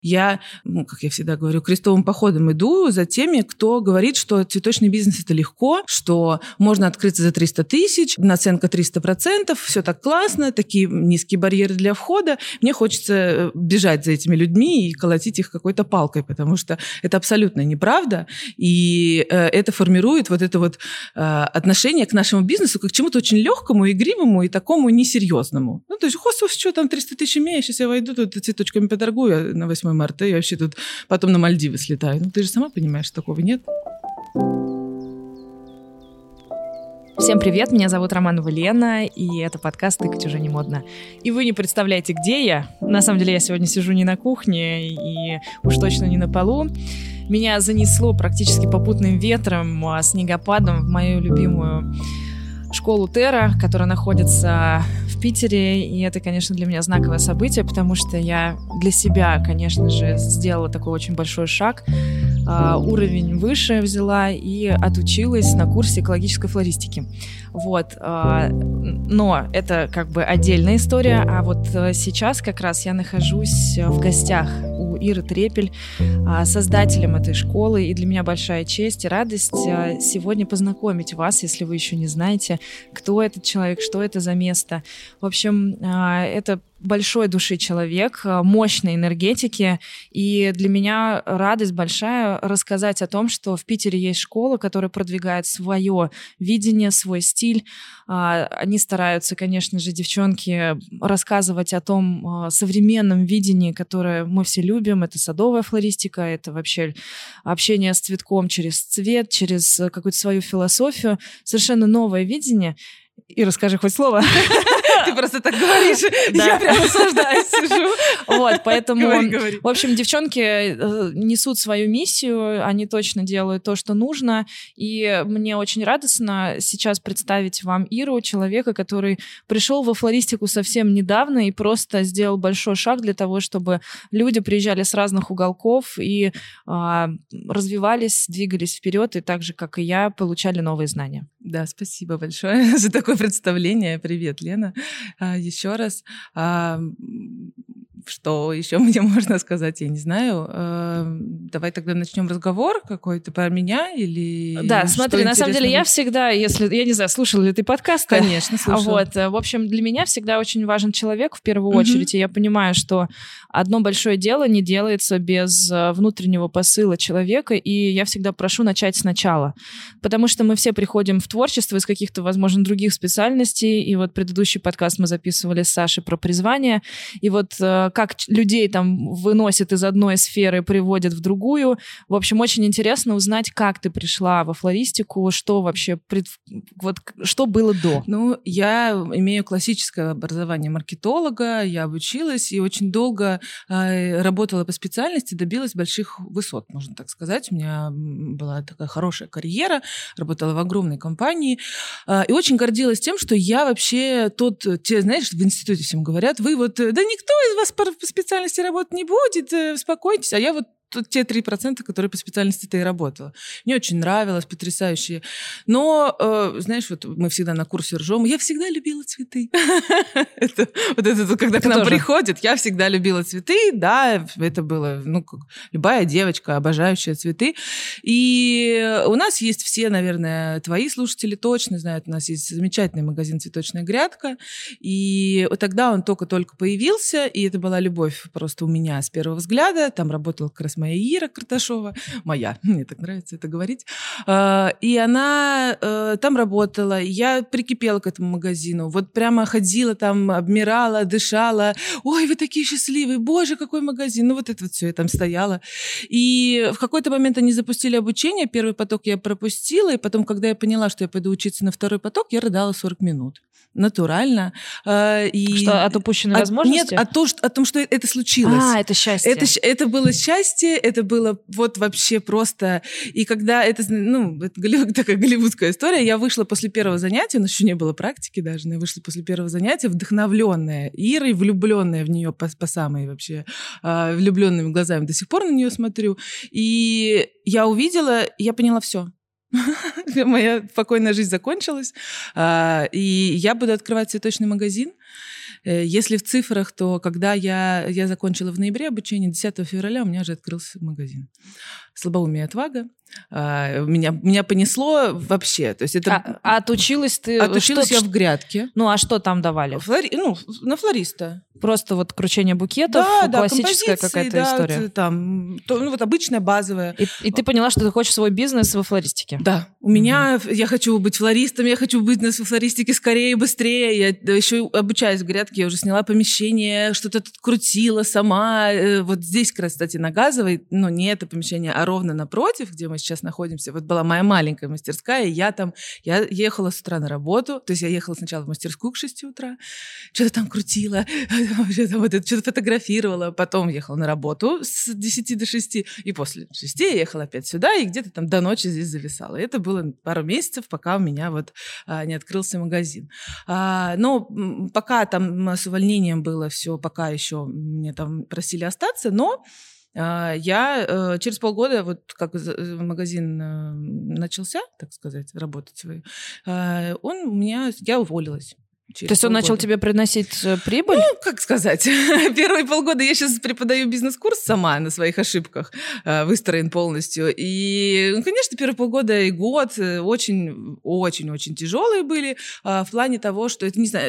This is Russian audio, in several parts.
Я, как я всегда говорю, крестовым походом иду за теми, кто говорит, что цветочный бизнес – это легко, что можно открыться за 300 тысяч, наценка 300%, все так классно, такие низкие барьеры для входа. Мне хочется бежать за этими людьми и колотить их какой-то палкой, потому что это абсолютно неправда, и это формирует вот это вот отношение к нашему бизнесу как к чему-то очень легкому, игривому и такому несерьезному. Ну, то есть, господи, что там 300 тысяч имею, сейчас я войду, тут цветочками поторгую на 8 марта, и вообще тут потом на Мальдивы слетаю. Ну, ты же сама понимаешь, что такого нет. Всем привет, меня зовут Романова Лена, и это подкаст «Тыкать уже не модно». И вы не представляете, где я. На самом деле я сегодня сижу не на кухне и уж точно не на полу. Меня занесло практически попутным ветром, снегопадом в мою любимую школу Терра, которая находится в Питере, и это, конечно, для меня знаковое событие, потому что я для себя, конечно же, сделала такой очень большой шаг, уровень выше взяла и отучилась на курсе экологической флористики. Вот. Но это как бы отдельная история, а вот сейчас как раз я нахожусь в гостях у Иры Трепель, создателем этой школы, и для меня большая честь и радость сегодня познакомить вас, если вы еще не знаете, кто этот человек, что это за место. В общем, это большой души человек, мощной энергетики, и для меня радость большая рассказать о том, что в Питере есть школа, которая продвигает свое видение, свой стиль. Они стараются, конечно же, девчонки, рассказывать о том современном видении, которое мы все любим. Это садовая флористика, это вообще общение с цветком через цвет, через какую-то свою философию. Совершенно новое видение. И расскажи хоть слово. Ты просто так говоришь, я прям наслаждаюсь, сижу. Вот, поэтому, говори. В общем, девчонки несут свою миссию, они точно делают то, что нужно, и мне очень радостно сейчас представить вам Иру, человека, который пришел во флористику совсем недавно и просто сделал большой шаг для того, чтобы люди приезжали с разных уголков и развивались, двигались вперед, и так же, как и я, получали новые знания. Да, спасибо большое за такое представление. Привет, Лена. Еще раз. Что еще мне можно сказать, я не знаю. Давай тогда начнем разговор какой-то про меня или... Да, смотри, на самом деле я всегда, если... Я не знаю, слушала ли ты подкасты? Конечно, слушала. Вот, в общем, для меня всегда очень важен человек в первую очередь, и я понимаю, что одно большое дело не делается без внутреннего посыла человека, и я всегда прошу начать сначала, потому что мы все приходим в творчество из каких-то, возможно, других специальностей, и вот предыдущий подкаст мы записывали с Сашей про призвание, и вот как людей там выносят из одной сферы, приводят в другую. В общем, очень интересно узнать, как ты пришла во флористику, что вообще, вот, что было до. Ну, я имею классическое образование маркетолога, я обучилась и очень долго работала по специальности, добилась больших высот, можно так сказать. У меня была такая хорошая карьера, работала в огромной компании и очень гордилась тем, что я вообще те, знаешь, в институте всем говорят, вы вот, да никто из вас по специальности работать не будет, успокойтесь, а я вот те 3%, которые по специальности-то и работала. Мне очень нравилось, потрясающе. Но, знаешь, вот мы всегда на курсе ржем. Я всегда любила цветы. Когда к нам приходят, я всегда любила цветы. Да, это было, любая девочка, обожающая цветы. И у нас есть все, наверное, твои слушатели точно знают, у нас есть замечательный магазин «Цветочная грядка». И тогда он только-только появился, и это была любовь просто у меня с первого взгляда. Там работала как раз моя Ира Карташова, мне так нравится это говорить, и она там работала, я прикипела к этому магазину, вот прямо ходила там, обмирала, дышала, ой, вы такие счастливые, боже, какой магазин, ну вот это вот все, я там стояла, и в какой-то момент они запустили обучение, первый поток я пропустила, и потом, когда я поняла, что я пойду учиться на второй поток, я рыдала 40 минут. Натурально. Что, от упущенной возможности? Нет, о том, что это случилось. Это счастье. Это было счастье, это было вот вообще просто... И когда это такая голливудская история, я вышла после первого занятия, у нас еще не было практики даже, но я вышла после первого занятия вдохновленная Ирой, влюбленная в нее по самой вообще влюбленными глазами. До сих пор на нее смотрю. И я увидела, я поняла все. Моя спокойная жизнь закончилась, и я буду открывать цветочный магазин. Если в цифрах, то когда я закончила в ноябре обучение, 10 февраля у меня уже открылся магазин. Слабоумие и отвага. Меня понесло вообще. То есть это... отучилась ты... Отучилась я в грядке. Ну, а что там давали? На флориста. Просто вот кручение букетов, классическая какая-то история. Там, вот обычная, базовая. И ты поняла, что ты хочешь свой бизнес во флористике? Да. У меня... Я хочу быть флористом, я хочу быть во флористике скорее и быстрее. Я еще обучаюсь в грядке, я уже сняла помещение, что-то тут крутила сама. Вот здесь, кстати, на Газовой, не это помещение, а ровно напротив, где мы сейчас находимся. Вот была моя маленькая мастерская, и я ехала с утра на работу. То есть я ехала сначала в мастерскую к 6 утра, что-то там крутила, что-то фотографировала, потом ехала на работу с 10 до 6, и после 6 я ехала опять сюда, и где-то там до ночи здесь зависала. И это было пару месяцев, пока у меня не открылся магазин. Но пока там с увольнением было все, пока еще мне там просили остаться, но я через полгода, вот как магазин начался, так сказать, работать свой, я уволилась. То есть он начал тебе приносить прибыль? Как сказать. Первые полгода я сейчас преподаю бизнес-курс сама на своих ошибках, выстроен полностью. И, конечно, первые полгода и год очень-очень-очень тяжелые были в плане того, что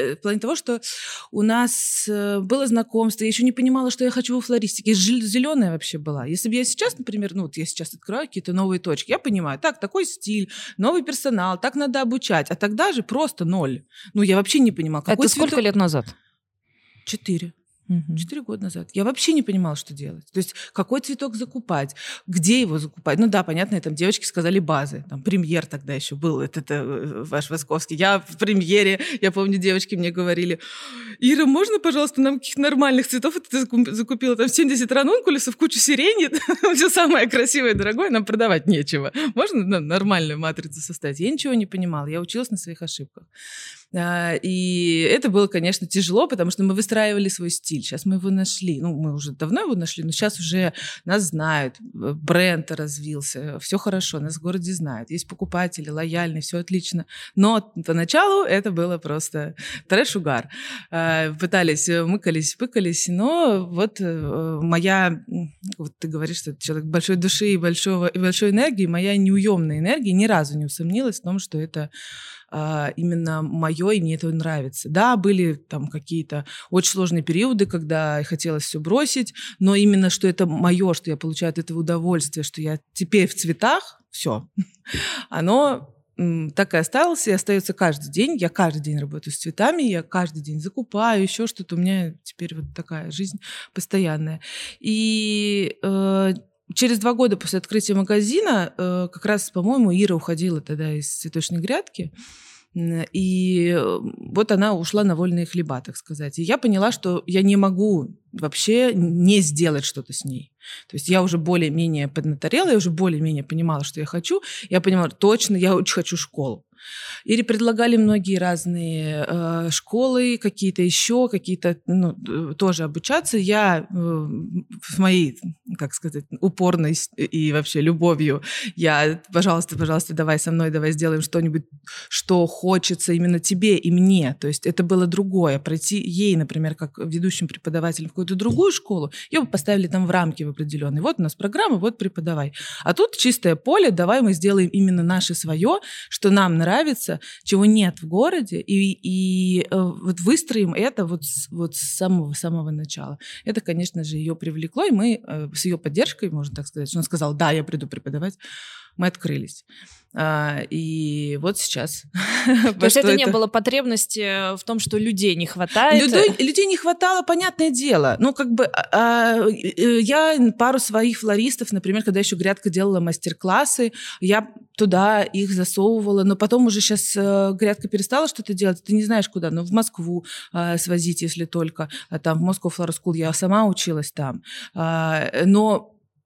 у нас было знакомство, я еще не понимала, что я хочу во флористике. Я зеленая вообще была. Если бы я сейчас, например, я сейчас открою какие-то новые точки, я понимаю, такой стиль, новый персонал, так надо обучать. А тогда же просто 0. Я вообще не понимала. Это сколько лет назад? 4. 4 года назад. Я вообще не понимала, что делать. То есть какой цветок закупать, где его закупать. Понятно, там девочки сказали базы. Там премьер тогда еще был, это ваш Восковский. Я в премьере, я помню, девочки мне говорили: Ира, можно, пожалуйста, нам каких-то нормальных цветов? Ты закупила там 70 ранункулюсов, кучу сирени, все самое красивое и дорогое, нам продавать нечего. Можно нормальную матрицу составить? Я ничего не понимала, я училась на своих ошибках. И это было, конечно, тяжело, потому что мы выстраивали свой стиль. Сейчас мы его нашли. Мы уже давно его нашли, но сейчас уже нас знают, бренд развился, все хорошо, нас в городе знают, есть покупатели, лояльные, все отлично. Но поначалу это было просто трэш-угар. Пытались, пыкались, но ты говоришь, что ты человек большой души и большой энергии, моя неуемная энергия ни разу не усомнилась в том, что это именно мое, и мне это нравится. Да, были там какие-то очень сложные периоды, когда хотелось все бросить, но именно что это мое, что я получаю от этого удовольствие, что я теперь в цветах, все, оно так и осталось, и остается каждый день. Я каждый день работаю с цветами, я каждый день закупаю, еще что-то. У меня теперь вот такая жизнь постоянная. И через 2 года после открытия магазина, как раз, по-моему, Ира уходила тогда из цветочной грядки, и вот она ушла на вольные хлеба, так сказать. И я поняла, что я не могу вообще не сделать что-то с ней. То есть я уже более-менее поднаторела, я уже более-менее понимала, что я хочу. Я понимала, точно, я очень хочу школу. Или предлагали многие разные школы, какие-то еще, какие-то тоже обучаться. Я в моей, как сказать, упорной и вообще любовью, пожалуйста, давай со мной, давай сделаем что-нибудь, что хочется именно тебе и мне. То есть это было другое. Пройти ей, например, как ведущим преподавателем в какую-то другую школу, ее бы поставили там в рамки в определенные. Вот у нас программа, вот преподавай. А тут чистое поле, давай мы сделаем именно наше свое, что нам нравится, чего нет в городе, и вот выстроим это вот с самого начала. Это, конечно же, ее привлекло, и мы с ее поддержкой, можно так сказать, что он сказал: да, я приду преподавать, мы открылись. И вот сейчас. То есть это не было потребности в том, что людей не хватает? Людей не хватало, понятное дело. Я пару своих флористов, например, когда еще грядка делала мастер-классы, я туда их засовывала, но потом уже сейчас грядка перестала что-то делать, ты не знаешь куда, в Москву свозить, если только. Там в Moscow Flower School я сама училась там. Но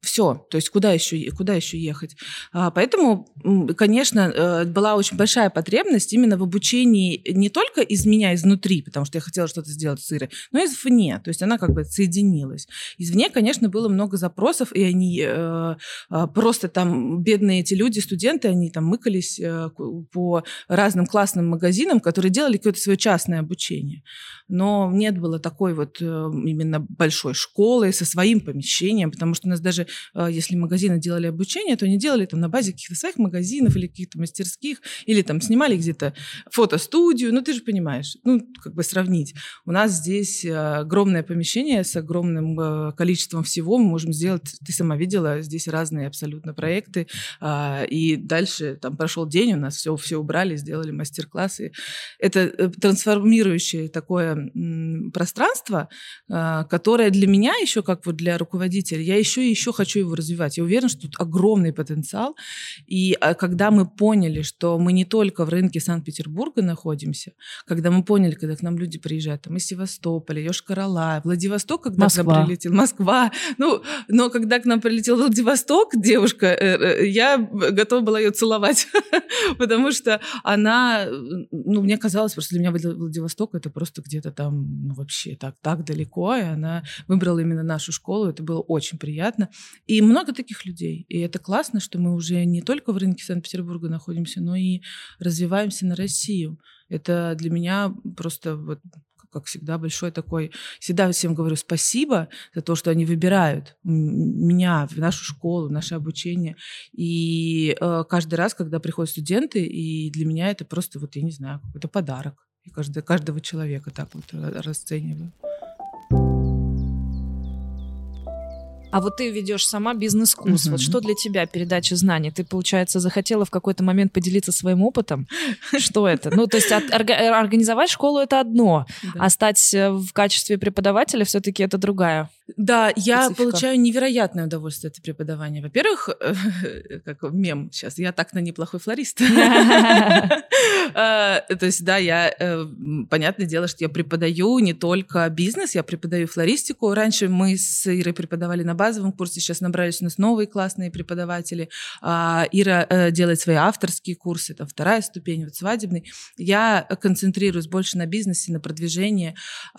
Все, то есть куда еще ехать? Поэтому, конечно, была очень большая потребность именно в обучении не только из меня изнутри, потому что я хотела что-то сделать с Ирой, но и извне, то есть она как бы соединилась. Извне, конечно, было много запросов, и они просто там, бедные эти люди, студенты, они там мыкались по разным классным магазинам, которые делали какое-то свое частное обучение. Но нет было такой вот именно большой школы со своим помещением, потому что у нас даже, если магазины делали обучение, то они делали там на базе каких-то своих магазинов или каких-то мастерских, или там снимали где-то фотостудию, ну ты же понимаешь, ну как бы сравнить. У нас здесь огромное помещение с огромным количеством всего, мы можем сделать, ты сама видела, здесь разные абсолютно проекты, и дальше там прошел день, у нас все убрали, сделали мастер-классы. Это трансформирующее такое пространство, которое для меня еще, как вот для руководителя, я еще хочу его развивать. Я уверена, что тут огромный потенциал. И когда мы поняли, что мы не только в рынке Санкт-Петербурга находимся, когда мы поняли, когда к нам люди приезжают, там, из Севастополя, Йошкар-Ола, Владивосток, когда Москва. к нам прилетел, Москва. Ну, но когда к нам прилетел Владивосток, девушка, я готова была ее целовать, потому что она, ну, мне казалось, просто для меня Владивосток это просто где-то там, ну, вообще так далеко, и она выбрала именно нашу школу, это было очень приятно. И много таких людей, и это классно, что мы уже не только в рынке Санкт-Петербурга находимся, но и развиваемся на Россию. Это для меня просто вот, как всегда, большой такой... Всегда всем говорю спасибо за то, что они выбирают меня, в нашу школу, наше обучение. И каждый раз, когда приходят студенты, и для меня это просто, вот я не знаю, какой-то подарок. И каждого человека так вот расцениваю. А вот ты ведешь сама бизнес-курс. Вот что для тебя передача знаний? Ты, получается, захотела в какой-то момент поделиться своим опытом? Что это? Ну, то есть организовать школу — это одно, а стать в качестве преподавателя все-таки это другая. Да, я получаю невероятное удовольствие от преподавания. Во-первых, как мем сейчас, я так-то неплохой флорист. То есть, да, понятное дело, что я преподаю не только бизнес, я преподаю флористику. Раньше мы с Ирой преподавали на базовом курсе, сейчас набрались у нас новые классные преподаватели. Ира делает свои авторские курсы, это 2-я ступень, вот свадебный. Я концентрируюсь больше на бизнесе, на продвижении.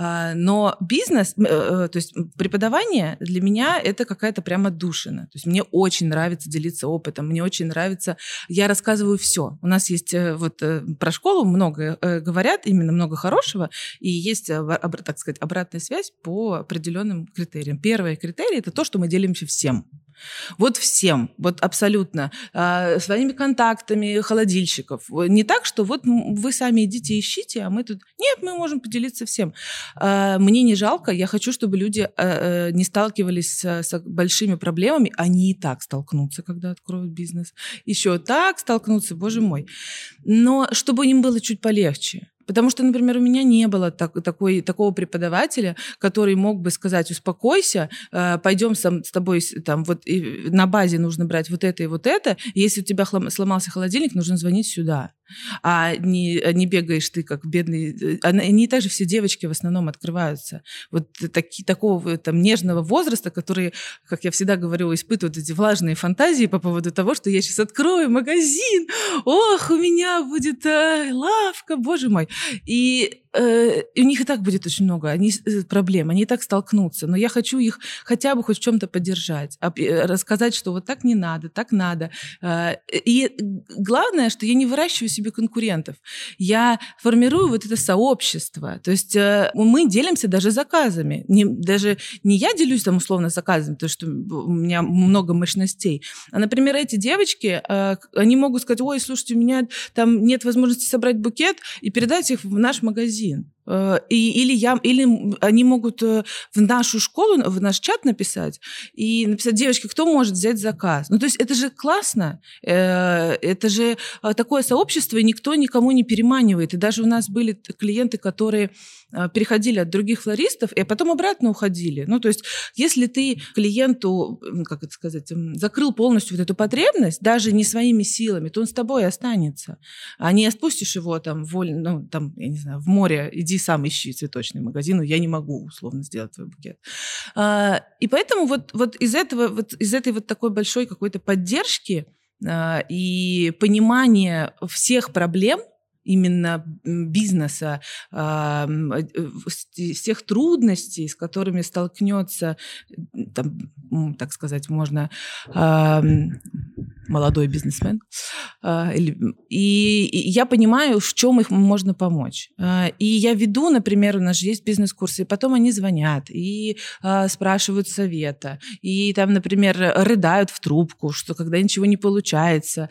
Но бизнес, то есть преподавание для меня это какая-то прямо отдушина. То есть мне очень нравится делиться опытом, мне очень нравится... Я рассказываю все. У нас есть вот про школу много говорят, именно много хорошего, и есть, так сказать, обратная связь по определенным критериям. Первый критерий — это то, что мы делимся всем. Вот всем, вот абсолютно, своими контактами холодильщиков. Не так, что вот вы сами идите ищите, а мы тут... Нет, мы можем поделиться всем. Мне не жалко, я хочу, чтобы люди не сталкивались с большими проблемами, они и так столкнутся, когда откроют бизнес. Еще так столкнутся, боже мой. Но чтобы им было чуть полегче. Потому что, например, у меня не было такого преподавателя, который мог бы сказать: успокойся, пойдем с тобой, там, вот, на базе нужно брать вот это и вот это, и если у тебя сломался холодильник, нужно звонить сюда. А не бегаешь ты, как бедный... Они также все девочки в основном открываются. Вот такого там нежного возраста, которые, как я всегда говорю, испытывают эти влажные фантазии по поводу того, что я сейчас открою магазин, ох, у меня будет лавка, боже мой. И у них и так будет очень много проблем, они и так столкнутся. Но я хочу их хотя бы хоть в чем-то поддержать, рассказать, что вот так не надо, так надо. И главное, что я не выращиваю себе конкурентов. Я формирую вот это сообщество. То есть мы делимся даже заказами. Даже не я делюсь там условно заказами, потому что у меня много мощностей. А, например, эти девочки, они могут сказать: ой, слушайте, у меня там нет возможности собрать букет и передать их в наш магазин. Или они могут в нашу школу, в наш чат написать и написать: девочки, кто может взять заказ? Ну, то есть это же классно, это же такое сообщество, и никто никому не переманивает. И даже у нас были клиенты, которые переходили от других флористов и потом обратно уходили. Ну, то есть если ты клиенту, как это сказать, закрыл полностью вот эту потребность, даже не своими силами, то он с тобой останется. А не отпустишь его там, ну, там, я не знаю, в море, иди иди сам ищи цветочный магазин, я не могу условно сделать твой букет. И поэтому вот из этой вот такой большой какой-то поддержки и понимания всех проблем именно бизнеса, всех трудностей, с которыми столкнется, там, так сказать, можно молодой бизнесмен. И я понимаю, в чем их можно помочь. И я веду, например, у нас же есть бизнес-курсы, и потом они звонят и спрашивают совета, и там, например, рыдают в трубку, что когда ничего не получается.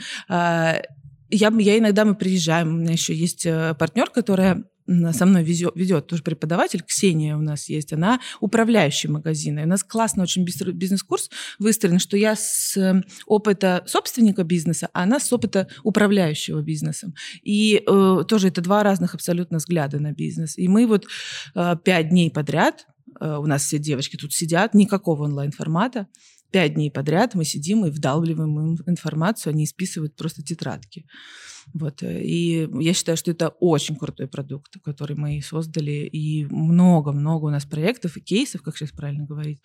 Мы приезжаем, у меня еще есть партнер, которая со мной ведет, тоже преподаватель, Ксения у нас есть, она управляющий магазина. И у нас классно очень бизнес-курс выстроен, что я с опыта собственника бизнеса, а она с опыта управляющего бизнесом. И тоже это два разных абсолютно взгляда на бизнес. И мы вот 5 дней подряд, у нас все девочки тут сидят, никакого онлайн-формата, 5 дней подряд мы сидим и вдалбливаем им информацию, они исписывают просто тетрадки. Вот. И я считаю, что это очень крутой продукт, который мы создали, и много-много у нас проектов и кейсов, как сейчас правильно говорить,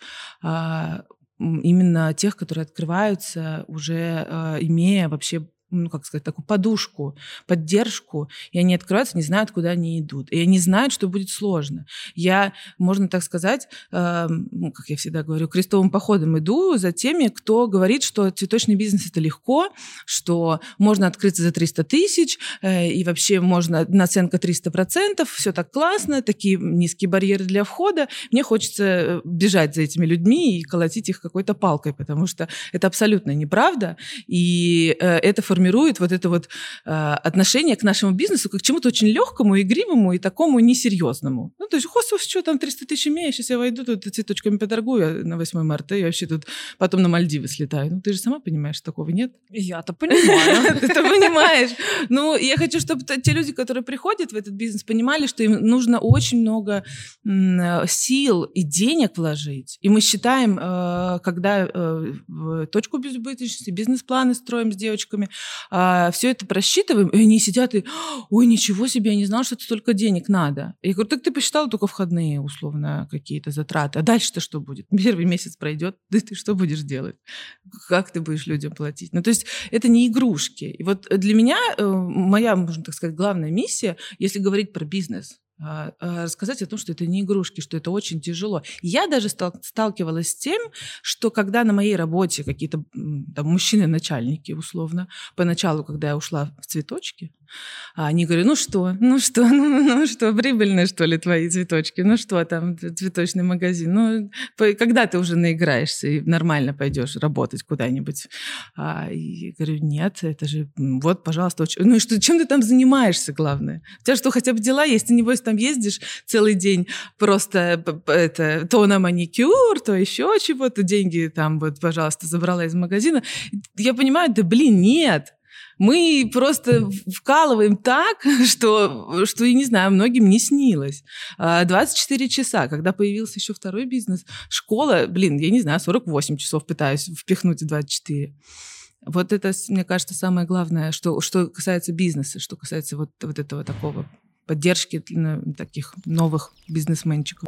именно тех, которые открываются, уже имея вообще, такую подушку, поддержку, и они открываются, не знают, куда они идут. И они знают, что будет сложно. Я, можно так сказать, как я всегда говорю, крестовым походом иду за теми, кто говорит, что цветочный бизнес – это легко, что можно открыться за 300 тысяч, и вообще можно наценка 300%, все так классно, такие низкие барьеры для входа. Мне хочется бежать за этими людьми и колотить их какой-то палкой, потому что это абсолютно неправда, и это формирует вот это вот отношение к нашему бизнесу как к чему-то очень легкому, игривому и такому несерьезному. То есть, господи, что там 300 тысяч имею, сейчас я войду, тут цветочками поторгую на 8 марта, и вообще тут потом на Мальдивы слетаю. Ты же сама понимаешь, что такого нет? Я-то понимаю. Ты-то понимаешь. Я хочу, чтобы те люди, которые приходят в этот бизнес, понимали, что им нужно очень много сил и денег вложить. И мы считаем, когда точку безубыточности, бизнес-планы строим с девочками, все это просчитываем, и они сидят и, ой, ничего себе, я не знала, что это столько денег надо. Я говорю, так ты посчитала только входные, условно, какие-то затраты. А дальше-то что будет? Первый месяц пройдет, да ты что будешь делать? Как ты будешь людям платить? То есть это не игрушки. И вот для меня моя, можно так сказать, главная миссия, если говорить про бизнес, рассказать о том, что это не игрушки, что это очень тяжело. Я даже сталкивалась с тем, что когда на моей работе какие-то там мужчины-начальники, условно, поначалу, когда я ушла в цветочки, они говорят, ну что, прибыльные, что ли, твои цветочки? Ну что там, цветочный магазин? Когда ты уже наиграешься и нормально пойдешь работать куда-нибудь? И говорю, нет, это же, вот, пожалуйста, и что, чем ты там занимаешься, главное? У тебя что, хотя бы дела есть? Ты, небось, там ездишь целый день просто то на маникюр, то еще чего-то, деньги там, вот, пожалуйста, забрала из магазина. Я понимаю, нет. Мы просто вкалываем так, что, я не знаю, многим не снилось. 24 часа, когда появился еще второй бизнес, школа, я не знаю, 48 часов пытаюсь впихнуть в 24. Вот это, мне кажется, самое главное, что касается бизнеса, что касается вот этого такого поддержки таких новых бизнесменчиков.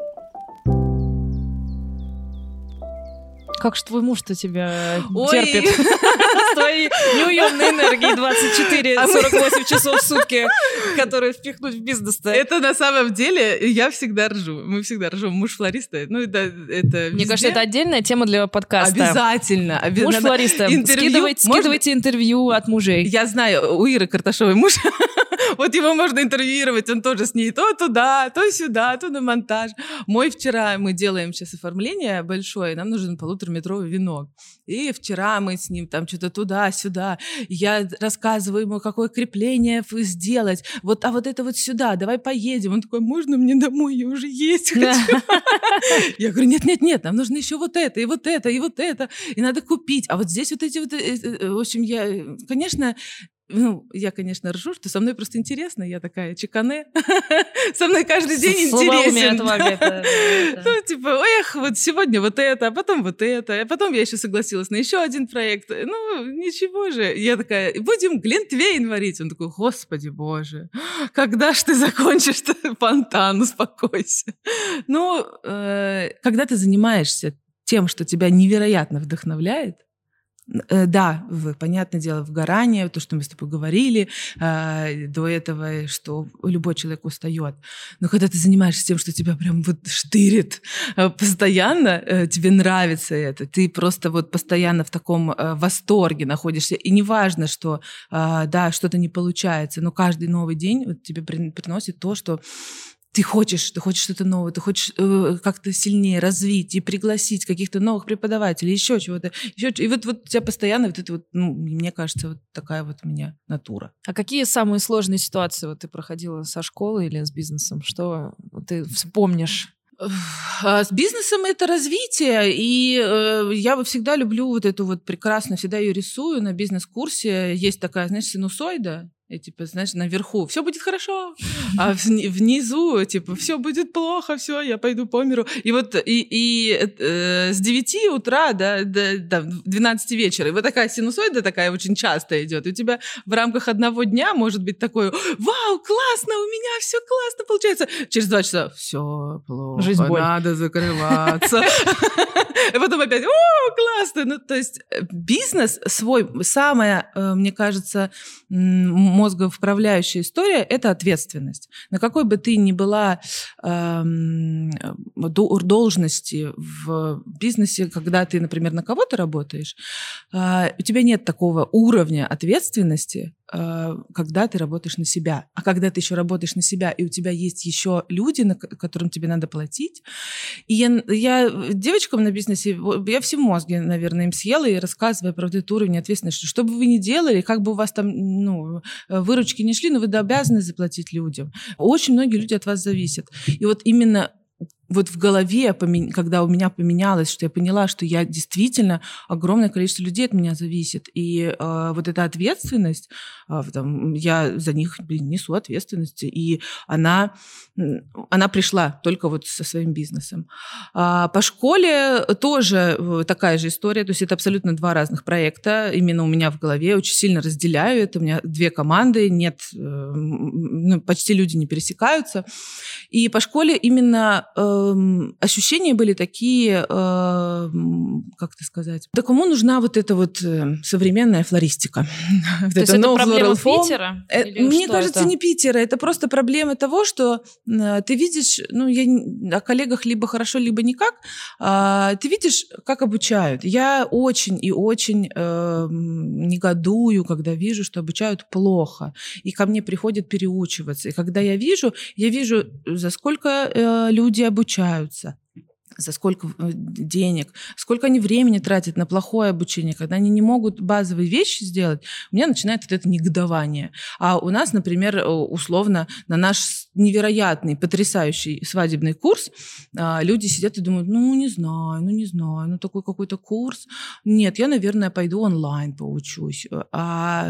Как же твой муж-то тебя терпит? С твоей неуемной энергией 24-48 часов в сутки, которые впихнуть в бизнес-то. Это на самом деле я всегда ржу. Мы всегда ржем. Муж флориста. Это мне кажется, это отдельная тема для подкаста. Обязательно. Муж флориста. Скидывайте интервью от мужей. Я знаю, у Иры Карташовой муж. Вот его можно интервьюировать, он тоже с ней то туда, то сюда, то на монтаж. Вчера мы делаем сейчас оформление большое, нам нужен 1,5-метровый венок. И вчера мы с ним там что-то туда-сюда. Я рассказываю ему, какое крепление сделать. Вот это вот сюда, давай поедем. Он такой, можно мне домой? Я уже есть хочу. Я говорю, нет, нам нужно еще вот это, и вот это, и вот это. И надо купить. А вот здесь вот эти вот... В общем, конечно... я, конечно, ржу, что со мной просто интересно, я такая чекане. Со мной каждый день Слова интересен. умеют ловить. Ну, типа, вот сегодня вот это, а потом, а потом я еще согласилась на еще один проект. Ну, ничего же. Я такая, будем глинтвейн варить. Он такой, господи боже, когда ж ты закончишь фонтан, успокойся. Ну, когда ты занимаешься тем, что тебя невероятно вдохновляет, да, понятное дело, выгорание, то, что мы с тобой говорили до этого, что любой человек устает. Но когда ты занимаешься тем, что тебя прям вот штырит постоянно, тебе нравится это, ты просто вот постоянно в таком восторге находишься, и неважно, что, да, что-то не получается, но каждый новый день вот тебе приносит то, что ты хочешь что-то новое, ты хочешь как-то сильнее развить и пригласить каких-то новых преподавателей, еще чего-то. И вот у тебя постоянно вот это вот, мне кажется, вот такая вот у меня натура. А какие самые сложные ситуации вот ты проходила со школы или с бизнесом? Что ты вспомнишь? С бизнесом это развитие, и я всегда люблю вот эту вот прекрасно, всегда ее рисую на бизнес-курсе. Есть такая, знаешь, синусоида, и типа, знаешь, наверху все будет хорошо, а внизу, типа, все будет плохо, все, я пойду по миру. И вот с 9 утра до 12 вечера, и вот такая синусоида такая очень часто идет. И у тебя в рамках одного дня может быть такое: вау, классно, у меня все классно получается. Через 2 часа все плохо, жизнь боль, надо закрываться. И потом опять: классно. Ну, то есть бизнес свой, самое, мне кажется, мозговправляющая история — это ответственность. На какой бы ты ни была должности в бизнесе, когда ты, например, на кого-то работаешь, у тебя нет такого уровня ответственности, когда ты работаешь на себя. А когда ты еще работаешь на себя, и у тебя есть еще люди, которым тебе надо платить. И я девочкам на бизнесе, я все мозги, наверное, им съела, и рассказывая про этот уровень ответственности. Что бы вы ни делали, как бы у вас там выручки не шли, но вы обязаны заплатить людям. Очень многие люди от вас зависят. И вот именно вот в голове, когда у меня поменялось, что я поняла, что я действительно, огромное количество людей от меня зависит. И вот эта ответственность, я за них несу ответственность. И она пришла только вот со своим бизнесом. По школе тоже такая же история. То есть это абсолютно 2 разных проекта. Именно у меня в голове. Я очень сильно разделяю это. У меня 2 команды. Нет, почти люди не пересекаются. И по школе именно ощущения были такие, как это сказать, да кому нужна вот эта вот современная флористика? То есть это проблема Питера? Мне кажется, не Питера, это просто проблема того, что ты видишь, я о коллегах либо хорошо, либо никак, ты видишь, как обучают. Я очень и очень негодую, когда вижу, что обучают плохо, и ко мне приходят переучиваться. И когда я вижу, за сколько люди обучаются, за сколько денег, сколько они времени тратят на плохое обучение, когда они не могут базовые вещи сделать, у меня начинает вот это негодование. А у нас, например, условно, на наш невероятный, потрясающий свадебный курс люди сидят и думают: не знаю, такой какой-то курс. Нет, я, наверное, пойду онлайн поучусь. А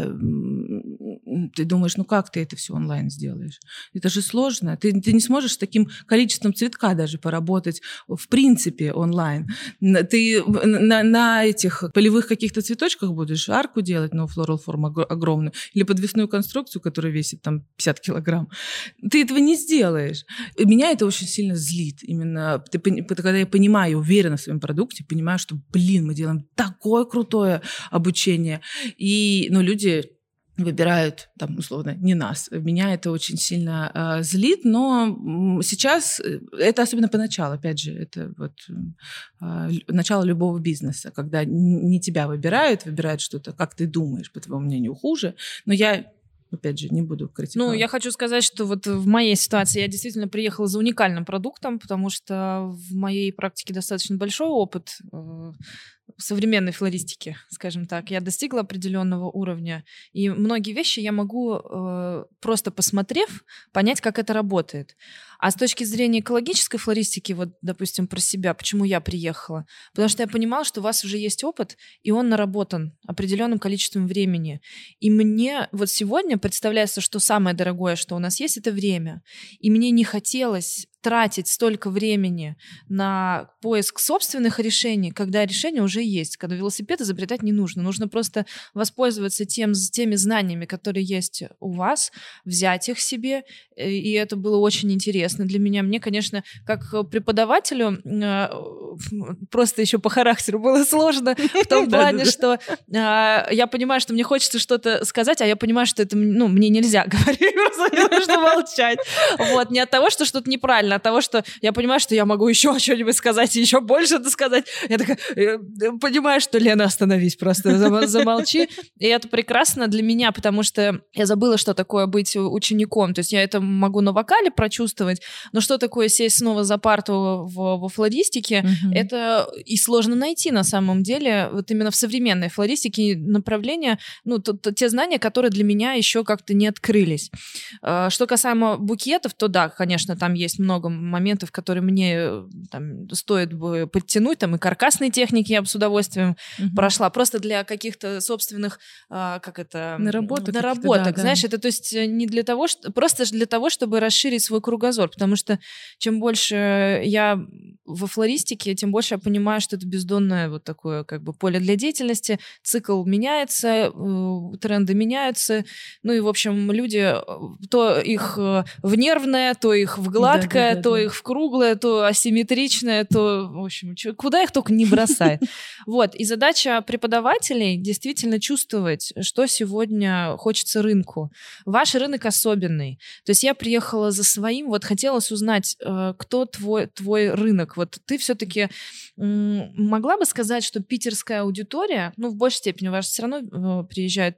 ты думаешь, как ты это все онлайн сделаешь? Это же сложно. Ты не сможешь с таким количеством цветка даже поработать в принципе онлайн. Ты на этих полевых каких-то цветочках будешь арку делать, floral form огромную, или подвесную конструкцию, которая весит там 50 килограмм. Ты этого не сделаешь. И меня это очень сильно злит. Именно когда я понимаю, уверена в своем продукте, понимаю, что, мы делаем такое крутое обучение. И, люди выбирают, условно, не нас. Меня это очень сильно злит, но сейчас, это особенно поначалу, опять же, это вот начало любого бизнеса, когда не тебя выбирают что-то, как ты думаешь, по твоему мнению, хуже, но я, опять же, не буду критиковать. Я хочу сказать, что вот в моей ситуации я действительно приехала за уникальным продуктом, потому что в моей практике достаточно большой опыт современной флористики, скажем так. Я достигла определенного уровня, и многие вещи я могу, просто посмотрев, понять, как это работает. А с точки зрения экологической флористики, вот, допустим, про себя, почему я приехала? Потому что я понимала, что у вас уже есть опыт, и он наработан определенным количеством времени. И мне вот сегодня представляется, что самое дорогое, что у нас есть, это время. И мне не хотелось тратить столько времени на поиск собственных решений, когда решение уже есть, когда велосипед изобретать не нужно. Нужно просто воспользоваться теми знаниями, которые есть у вас, взять их себе, и это было очень интересно для меня. Мне, конечно, как преподавателю просто еще по характеру было сложно в том плане, что я понимаю, что мне хочется что-то сказать, а я понимаю, что это, мне нельзя говорить, просто мне нужно молчать. Вот, не от того, что что-то неправильно, от того, что я понимаю, что я могу еще что-нибудь сказать, и еще больше это сказать. Я такая понимаю, что, Лена, остановись, просто замолчи. И это прекрасно для меня, потому что я забыла, что такое быть учеником. То есть я это могу на вокале прочувствовать, но что такое сесть снова за парту во флористике, это и сложно найти на самом деле. Вот именно в современной флористике направления, те знания, которые для меня еще как-то не открылись. Что касаемо букетов, то да, конечно, там есть много моментов, которые мне там стоит бы подтянуть, там и каркасные техники я бы с удовольствием прошла, просто для каких-то собственных, наработок, да, знаешь, да. Это то есть не для того, просто для того, чтобы расширить свой кругозор, потому что чем больше я во флористике, тем больше я понимаю, что это бездонное вот такое как бы поле для деятельности, цикл меняется, тренды меняются, и, в общем, люди, то их в нервное, то их в гладкое, то их в круглое, то асимметричное, то, в общем, куда их только не бросает. Вот, и задача преподавателей действительно чувствовать, что сегодня хочется рынку. Ваш рынок особенный. То есть я приехала за своим, вот хотелось узнать, кто твой рынок. Вот ты все-таки могла бы сказать, что питерская аудитория, в большей степени, у вас все равно приезжают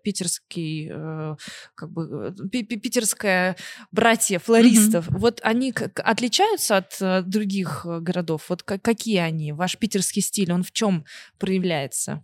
питерское братья флористов. Вот они отличаются от других городов? Вот какие они? Ваш питерский стиль, он в чем проявляется?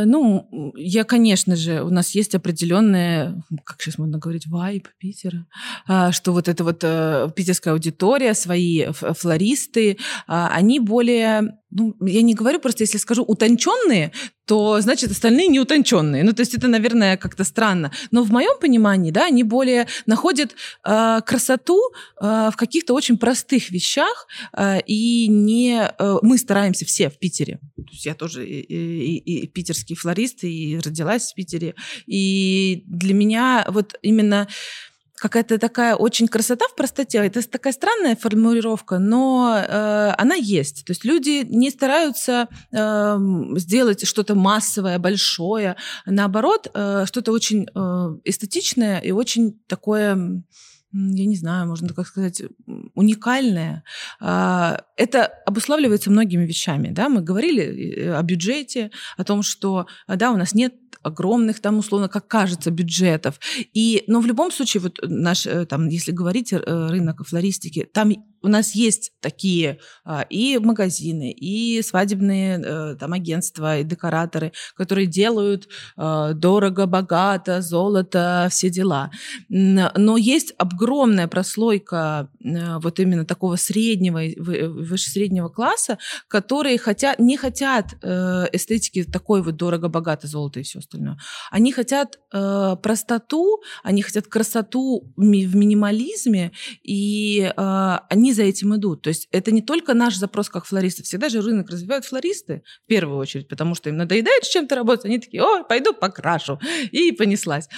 Я, конечно же, у нас есть определенная, как сейчас можно говорить, вайб Питера, что вот эта вот питерская аудитория, свои флористы, они более, я не говорю просто, если скажу утонченные, то, значит, остальные не утонченные. То есть это, наверное, как-то странно. Но в моем понимании, да, они более находят красоту в каких-то очень простых вещах, и мы стараемся все в Питере. То есть я тоже и питерский флорист, и родилась в Питере. И для меня вот именно какая-то такая очень красота в простоте. Это такая странная формулировка, но она есть. То есть люди не стараются сделать что-то массовое, большое. Наоборот, что-то очень эстетичное и очень такое, я не знаю, можно так сказать, уникальное. Это обуславливается многими вещами. Да? Мы говорили о бюджете, о том, что да, у нас нет огромных, там, условно, как кажется, бюджетов. Но в любом случае, вот наш, там, если говорить рынок флористики, там у нас есть такие и магазины, и свадебные там агентства, и декораторы, которые делают дорого, богато, золото, все дела. Но есть огромная прослойка вот именно такого среднего, выше среднего класса, которые не хотят эстетики такой вот дорого, богато, золото и все остальное. Они хотят простоту, они хотят красоту в минимализме, и они за этим идут. То есть это не только наш запрос как флористов. Всегда же рынок развивают флористы в первую очередь, потому что им надоедает с чем-то работать. Они такие: пойду покрашу. И понеслась.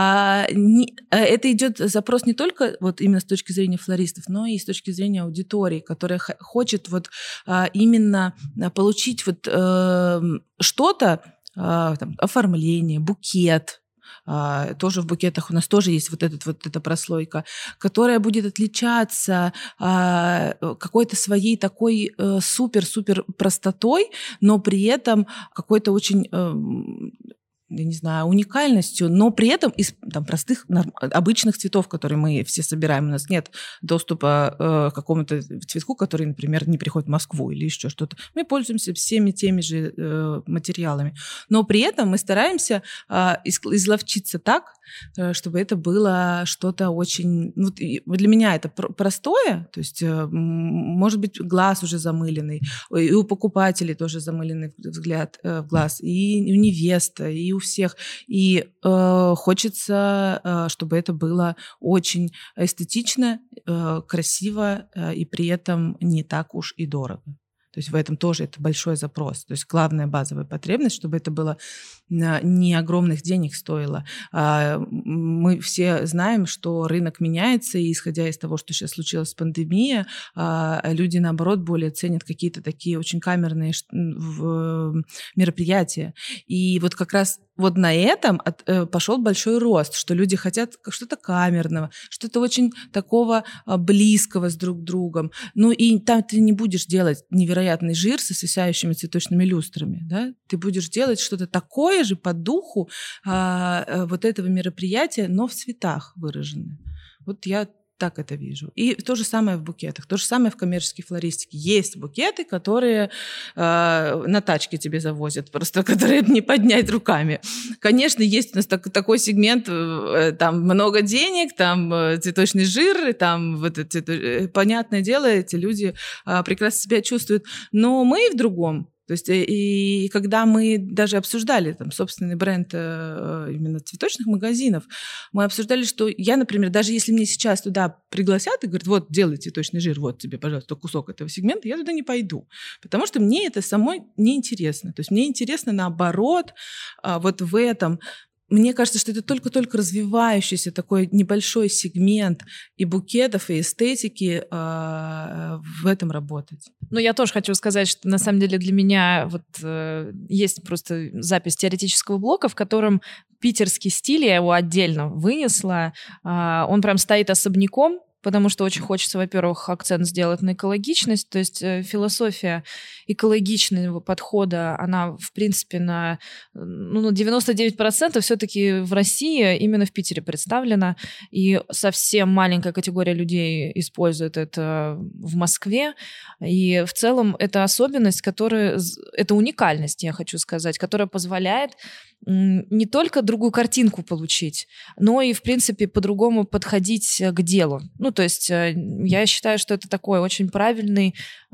Это идет запрос не только вот именно с точки зрения флористов, но и с точки зрения аудитории, которая хочет вот именно получить вот что-то, оформление, букет. Тоже в букетах у нас тоже есть эта прослойка, которая будет отличаться какой-то своей такой супер-супер простотой, но при этом какой-то очень я не знаю, уникальностью, но при этом из там, простых, обычных цветов, которые мы все собираем. У нас нет доступа к какому-то цветку, который, например, не приходит в Москву или еще что-то. Мы пользуемся всеми теми же материалами. Но при этом мы стараемся изловчиться так, чтобы это было что-то очень... Ну, для меня это простое, то есть, может быть, глаз уже замыленный, и у покупателей тоже замыленный взгляд в глаз, и у невесты, и у всех. И хочется, чтобы это было очень эстетично, красиво и при этом не так уж и дорого. То есть в этом тоже это большой запрос. То есть главная базовая потребность, чтобы это было не огромных денег стоило. Мы все знаем, что рынок меняется, и исходя из того, что сейчас случилась пандемия, люди, наоборот, более ценят какие-то такие очень камерные мероприятия. И вот как раз вот на этом пошел большой рост, что люди хотят что-то камерного, что-то очень такого близкого с друг другом. Ну и там ты не будешь делать невероятный жир со свисающими цветочными люстрами, да? Ты будешь делать что-то такое же по духу вот этого мероприятия, но в цветах выраженное. Вот я так это вижу. И то же самое в букетах, то же самое в коммерческой флористике. Есть букеты, которые на тачке тебе завозят, просто которые не поднять руками. Конечно, есть у нас такой сегмент, там много денег, там цветочный жир, там вот это, понятное дело, эти люди прекрасно себя чувствуют. Но мы в другом. То есть и когда мы даже обсуждали там собственный бренд именно цветочных магазинов, мы обсуждали, что я, например, даже если мне сейчас туда пригласят и говорят, вот, делай цветочный жир, вот тебе, пожалуйста, кусок этого сегмента, я туда не пойду, потому что мне это самой неинтересно. То есть мне интересно наоборот вот в этом. Мне кажется, что это только-только развивающийся такой небольшой сегмент и букетов, и эстетики в этом работать. Ну, я тоже хочу сказать, что на самом деле для меня вот есть просто запись теоретического блока, в котором питерский стиль, я его отдельно вынесла, он прям стоит особняком, потому что очень хочется, во-первых, акцент сделать на экологичность, то есть философия экологичного подхода, она, в принципе, на 99% все-таки в России, именно в Питере представлена, и совсем маленькая категория людей использует это в Москве, и в целом это особенность, это уникальность, я хочу сказать, которая позволяет не только другую картинку получить, но и, в принципе, по-другому подходить к делу. Ну, то есть я считаю, что это такой очень правильный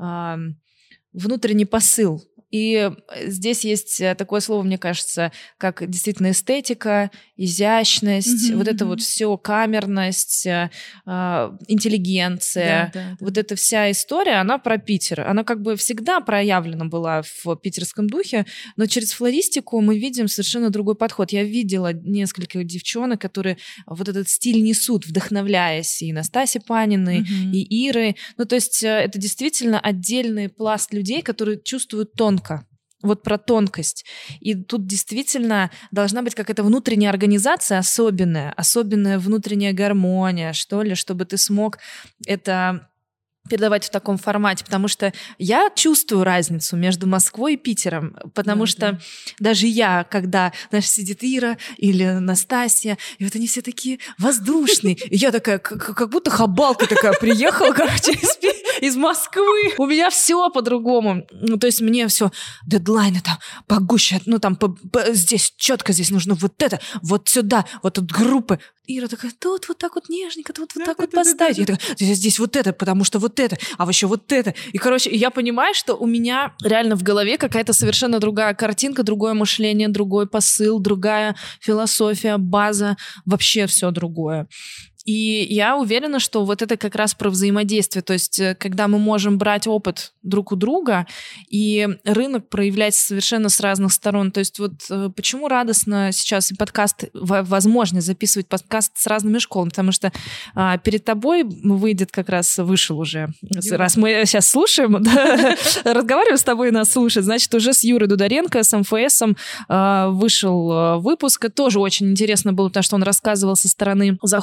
внутренний посыл. И здесь есть такое слово, мне кажется, как действительно эстетика, изящность, вот это вот все, камерность, интеллигенция. Да. Вот эта вся история, она про Питер. Она как бы всегда проявлена была в питерском духе, но через флористику мы видим совершенно другой подход. Я видела нескольких девчонок, которые вот этот стиль несут, вдохновляясь и Настасьей Паниной, и Ирой. Ну, то есть это действительно отдельный пласт людей, которые чувствуют тонко. Вот про тонкость. И тут действительно должна быть какая-то внутренняя организация особенная внутренняя гармония, что ли, чтобы ты смог это передавать в таком формате, потому что я чувствую разницу между Москвой и Питером, потому что даже я, когда, знаешь, сидит Ира или Настасья, и вот они все такие воздушные, и я такая, как будто хабалка такая приехала, короче, из Москвы. У меня все по-другому. Ну, то есть мне все дедлайны там погуще, ну там здесь четко, здесь нужно вот это, вот сюда, вот тут группы. Ира такая, тут вот так вот нежненько, тут вот так вот поставить. Я такая, здесь вот это, потому что вот это, а еще вот это. И, короче, я понимаю, что у меня реально в голове какая-то совершенно другая картинка, другое мышление, другой посыл, другая философия, база, вообще все другое. И я уверена, что вот это как раз про взаимодействие. То есть, когда мы можем брать опыт друг у друга и рынок проявлять совершенно с разных сторон. То есть, вот почему радостно сейчас и подкаст, возможность записывать подкаст с разными школами, потому что перед тобой вышел уже. Раз мы сейчас слушаем, разговариваем с тобой и нас слушают, значит, уже с Юрой Дударенко, с МФСом вышел выпуск. Тоже очень интересно было, потому что он рассказывал со стороны захода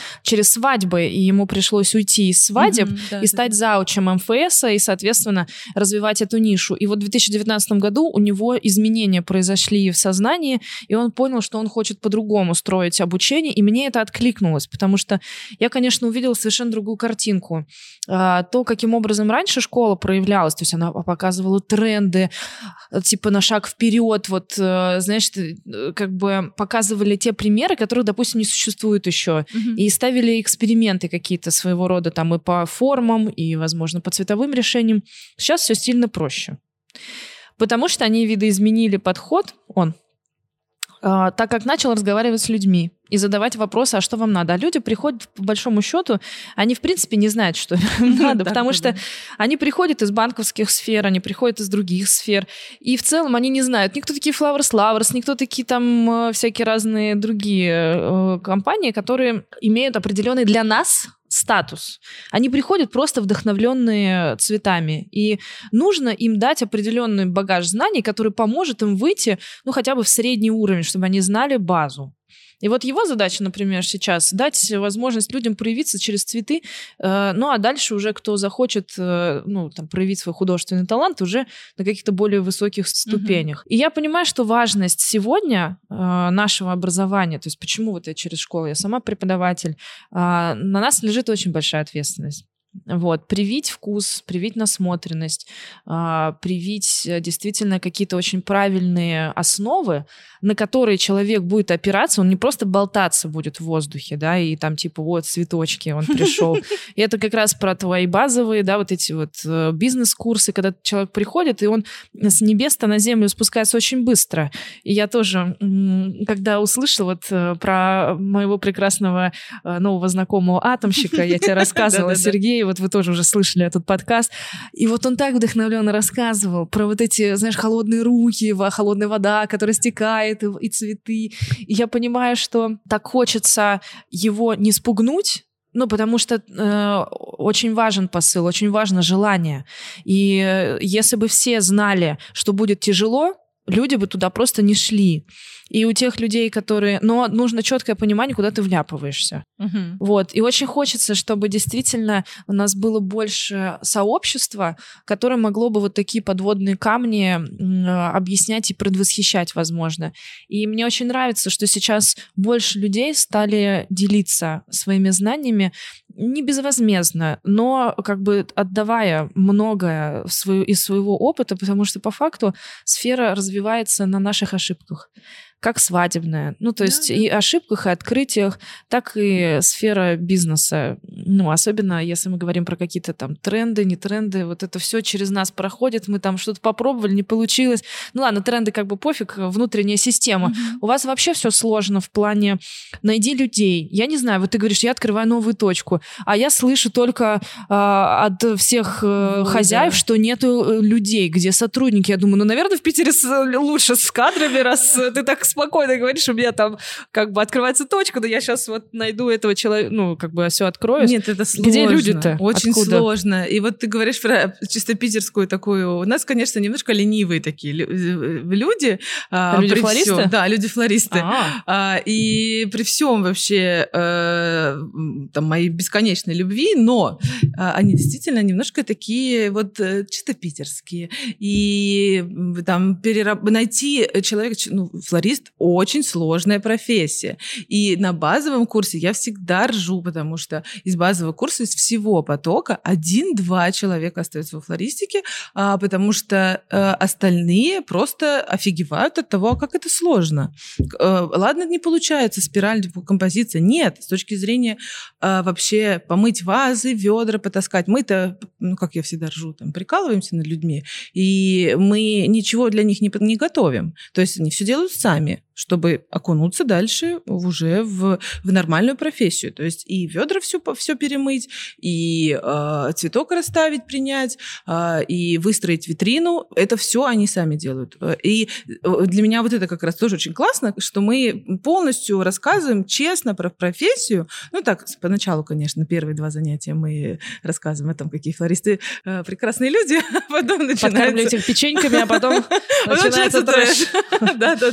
через свадьбы, и ему пришлось уйти из свадеб и стать заучем МФС, и, соответственно, развивать эту нишу. И вот в 2019 году у него изменения произошли в сознании, и он понял, что он хочет по-другому строить обучение, и мне это откликнулось, потому что я, конечно, увидела совершенно другую картинку. То, каким образом раньше школа проявлялась, то есть она показывала тренды, типа на шаг вперед, вот, знаешь, как бы показывали те примеры, которых, допустим, не существует еще, и ставили эксперименты какие-то своего рода там и по формам, и, возможно, по цветовым решениям. Сейчас все сильно проще, потому что они видоизменили подход, так как начал разговаривать с людьми и задавать вопросы, а что вам надо. А люди приходят, по большому счету, они, в принципе, не знают, что им надо, потому что они приходят из банковских сфер, они приходят из других сфер, и в целом они не знают, никто такие Flowers Lovers, никто такие там всякие разные другие компании, которые имеют определенный для нас статус. Они приходят просто вдохновленные цветами, и нужно им дать определенный багаж знаний, который поможет им выйти, ну, хотя бы в средний уровень, чтобы они знали базу. И вот его задача, например, сейчас дать возможность людям проявиться через цветы, ну а дальше уже кто захочет проявить свой художественный талант уже на каких-то более высоких ступенях. И я понимаю, что важность сегодня нашего образования, то есть почему вот я через школу, я сама преподаватель, на нас лежит очень большая ответственность. Вот, привить вкус, привить насмотренность, привить действительно какие-то очень правильные основы, на которые человек будет опираться, он не просто болтаться будет в воздухе, да, и там типа вот цветочки, он пришел. И это как раз про твои базовые, да, вот эти вот бизнес-курсы, когда человек приходит, и он с небес-то на землю спускается очень быстро. И я тоже, когда услышала вот про моего прекрасного нового знакомого атомщика, я тебе рассказывала, Сергей, вот вы тоже уже слышали этот подкаст, и вот он так вдохновленно рассказывал про вот эти, знаешь, холодные руки, холодная вода, которая стекает, и цветы. И я понимаю, что так хочется его не спугнуть, ну, потому что очень важен посыл, очень важно желание. И если бы все знали, что будет тяжело, люди бы туда просто не шли. И у тех людей, которые... Но нужно четкое понимание, куда ты вляпываешься. Вот. И очень хочется, чтобы действительно у нас было больше сообщества, которое могло бы вот такие подводные камни объяснять и предвосхищать, возможно. И мне очень нравится, что сейчас больше людей стали делиться своими знаниями не безвозмездно, но как бы отдавая многое из своего опыта, потому что по факту сфера развивается на наших ошибках. Как свадебная. Ну, то есть и ошибках, и открытиях, так и сфера бизнеса. Ну, особенно если мы говорим про какие-то там тренды, не тренды, вот это все через нас проходит, мы там что-то попробовали, не получилось. Ну ладно, тренды как бы пофиг, внутренняя система. У вас вообще все сложно в плане найди людей. Я не знаю, вот ты говоришь, я открываю новую точку, а я слышу только от всех хозяев, что нету людей, где сотрудники. Я думаю, ну, наверное, в Питере лучше с кадрами, раз ты так спокойно говоришь, у меня там как бы открывается точка, но я сейчас вот найду этого человека, ну, как бы все открою. Нет, это сложно. Где люди-то? Очень Откуда? сложно. И вот ты говоришь про чисто питерскую такую... У нас, конечно, немножко ленивые такие люди. Люди-флористы? Да, люди-флористы. И при всем вообще там, моей бесконечной любви, но они действительно немножко такие вот чисто питерские. И там найти человека, ну, флорист очень сложная профессия. И на базовом курсе я всегда ржу, потому что из базового курса, из всего потока 1-2 человека остаются во флористике, потому что остальные просто офигевают от того, как это сложно. Ладно, не получается спираль, композиция. Нет, с точки зрения вообще помыть вазы, ведра, потаскать. Мы-то, ну, как я всегда ржу, там, прикалываемся над людьми, и мы ничего для них не готовим. То есть они все делают сами, чтобы окунуться дальше уже в нормальную профессию. То есть и ведра все перемыть, и цветок расставить, принять, и выстроить витрину. Это все они сами делают. И для меня вот это как раз тоже очень классно, что мы полностью рассказываем честно про профессию. Ну так, поначалу, конечно, первые 2 занятия мы рассказываем о том, какие флористы прекрасные люди, а потом начинается... Подкармливаете их печеньками, а потом начинается трэш. Да-да-да.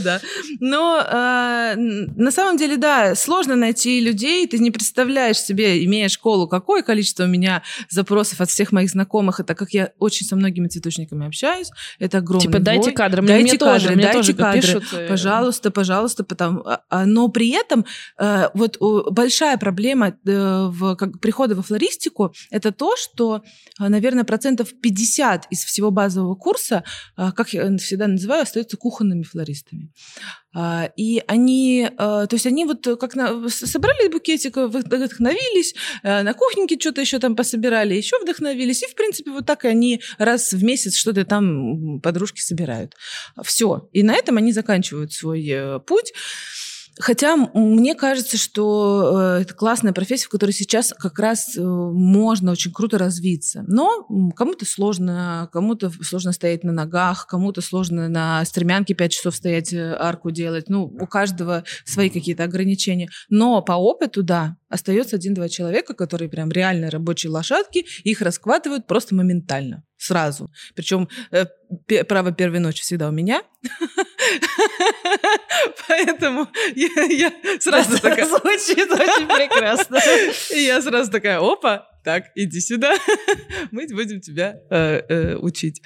Но на самом деле, да, сложно найти людей. Ты не представляешь себе, имея школу, какое количество у меня запросов от всех моих знакомых. И так как я очень со многими цветочниками общаюсь, это огромный Типа дайте кадры, дайте кадры, мне дайте тоже кадры. пишут. Пожалуйста, но при этом вот большая проблема прихода во флористику — это то, что, наверное, 50% из всего базового курса, как я всегда называю, остаются кухонными флористами. И они, то есть они вот как собрали букетик, вдохновились, на кухоньке что-то еще там пособирали, еще вдохновились, и, в принципе, вот так они раз в месяц что-то там подружки собирают. Все. И на этом они заканчивают свой путь. Хотя мне кажется, что это классная профессия, в которой сейчас как раз можно очень круто развиться. Но кому-то сложно стоять на ногах, кому-то сложно на стремянке 5 часов стоять, арку делать. Ну, у каждого свои какие-то ограничения. Но по опыту, да, остается 1-2 человека, которые прям реально рабочие лошадки, их расхватывают просто моментально, сразу. Причем право первой ночи всегда у меня. Поэтому я сразу такая... Звучит очень прекрасно. И я сразу такая, опа, так, иди сюда, мы будем тебя учить.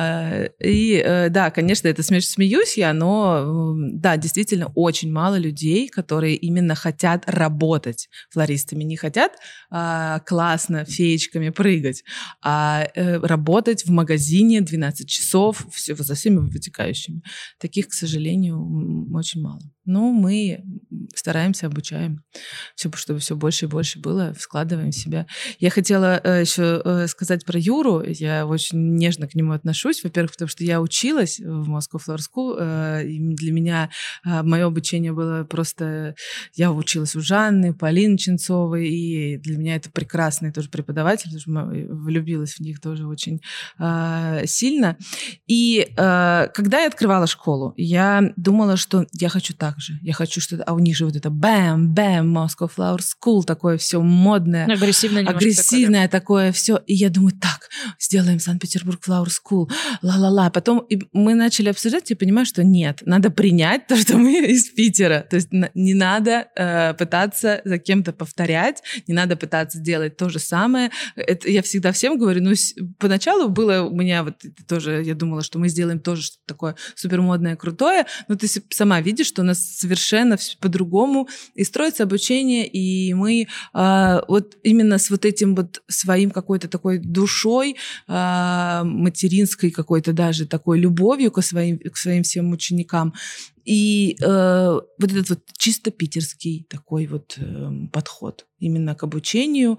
И да, конечно, это смеюсь я, но да, действительно очень мало людей, которые именно хотят работать флористами, не хотят классно феечками прыгать, а работать в магазине 12 часов со всеми вытекающими. Таких, к сожалению, очень мало. Но мы стараемся, обучаем, чтобы все больше и больше было, вкладываем в себя. Я хотела еще сказать про Юру. Я очень нежно к нему отношусь. Во-первых, потому что я училась в Moscow Flower School. И для меня мое обучение было просто... Я училась у Жанны, Полины Ченцовой, и для меня это прекрасный тоже преподаватель, потому что я влюбилась в них тоже очень сильно. И когда я открывала школу, я думала, что я хочу так же. Я хочу что-то... А у них же вот это бэм, Moscow Flower School, такое все модное. Агрессивное такое все. И я думаю, так, сделаем Санкт-Петербург Flower School, ла-ла-ла. Потом мы начали обсуждать, и понимаю, что нет, надо принять то, что мы из Питера. То есть не надо пытаться за кем-то повторять, не надо пытаться делать то же самое. Это я всегда всем говорю, ну, поначалу было у меня вот тоже, я думала, что мы сделаем тоже что-то такое супермодное, крутое, но ты сама видишь, что у нас совершенно по-другому и строится обучение, и мы вот именно с вот этим вот своим какой-то такой душой, материнской какой-то даже такой любовью к своим всем ученикам. И вот этот вот чисто питерский такой вот подход именно к обучению,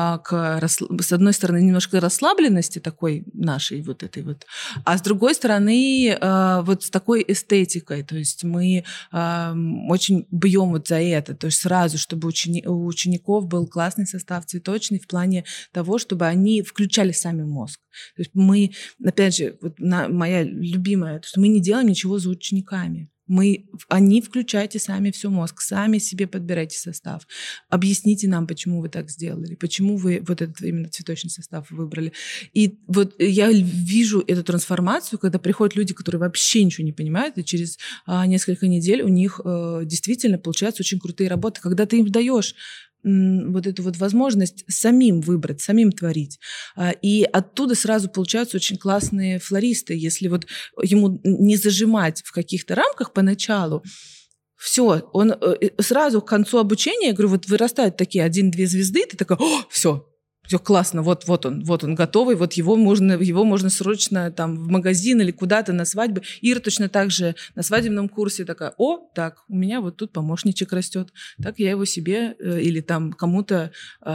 с одной стороны, немножко расслабленности такой нашей вот этой вот, а с другой стороны, вот с такой эстетикой. То есть мы очень бьем вот за это. То есть сразу, чтобы у учеников был классный состав цветочный в плане того, чтобы они включали сами мозг. То есть мы, опять же, вот моя любимая, что мы не делаем ничего за учениками. Они включайте сами все мозг, сами себе подбирайте состав. Объясните нам, почему вы так сделали, почему вы вот этот именно цветочный состав выбрали. И вот я вижу эту трансформацию, когда приходят люди, которые вообще ничего не понимают, и через несколько недель у них действительно получаются очень крутые работы, когда ты им даешь вот эту вот возможность самим выбрать, самим творить. И оттуда сразу получаются очень классные флористы. Если вот ему не зажимать в каких-то рамках поначалу, все, он сразу к концу обучения, я говорю, вот вырастают такие 1-2 звезды, ты такая, все классно, вот он готовый, вот его можно срочно там в магазин или куда-то на свадьбы. Ира точно так же на свадебном курсе такая, так, у меня вот тут помощничек растет, так я его себе или там кому-то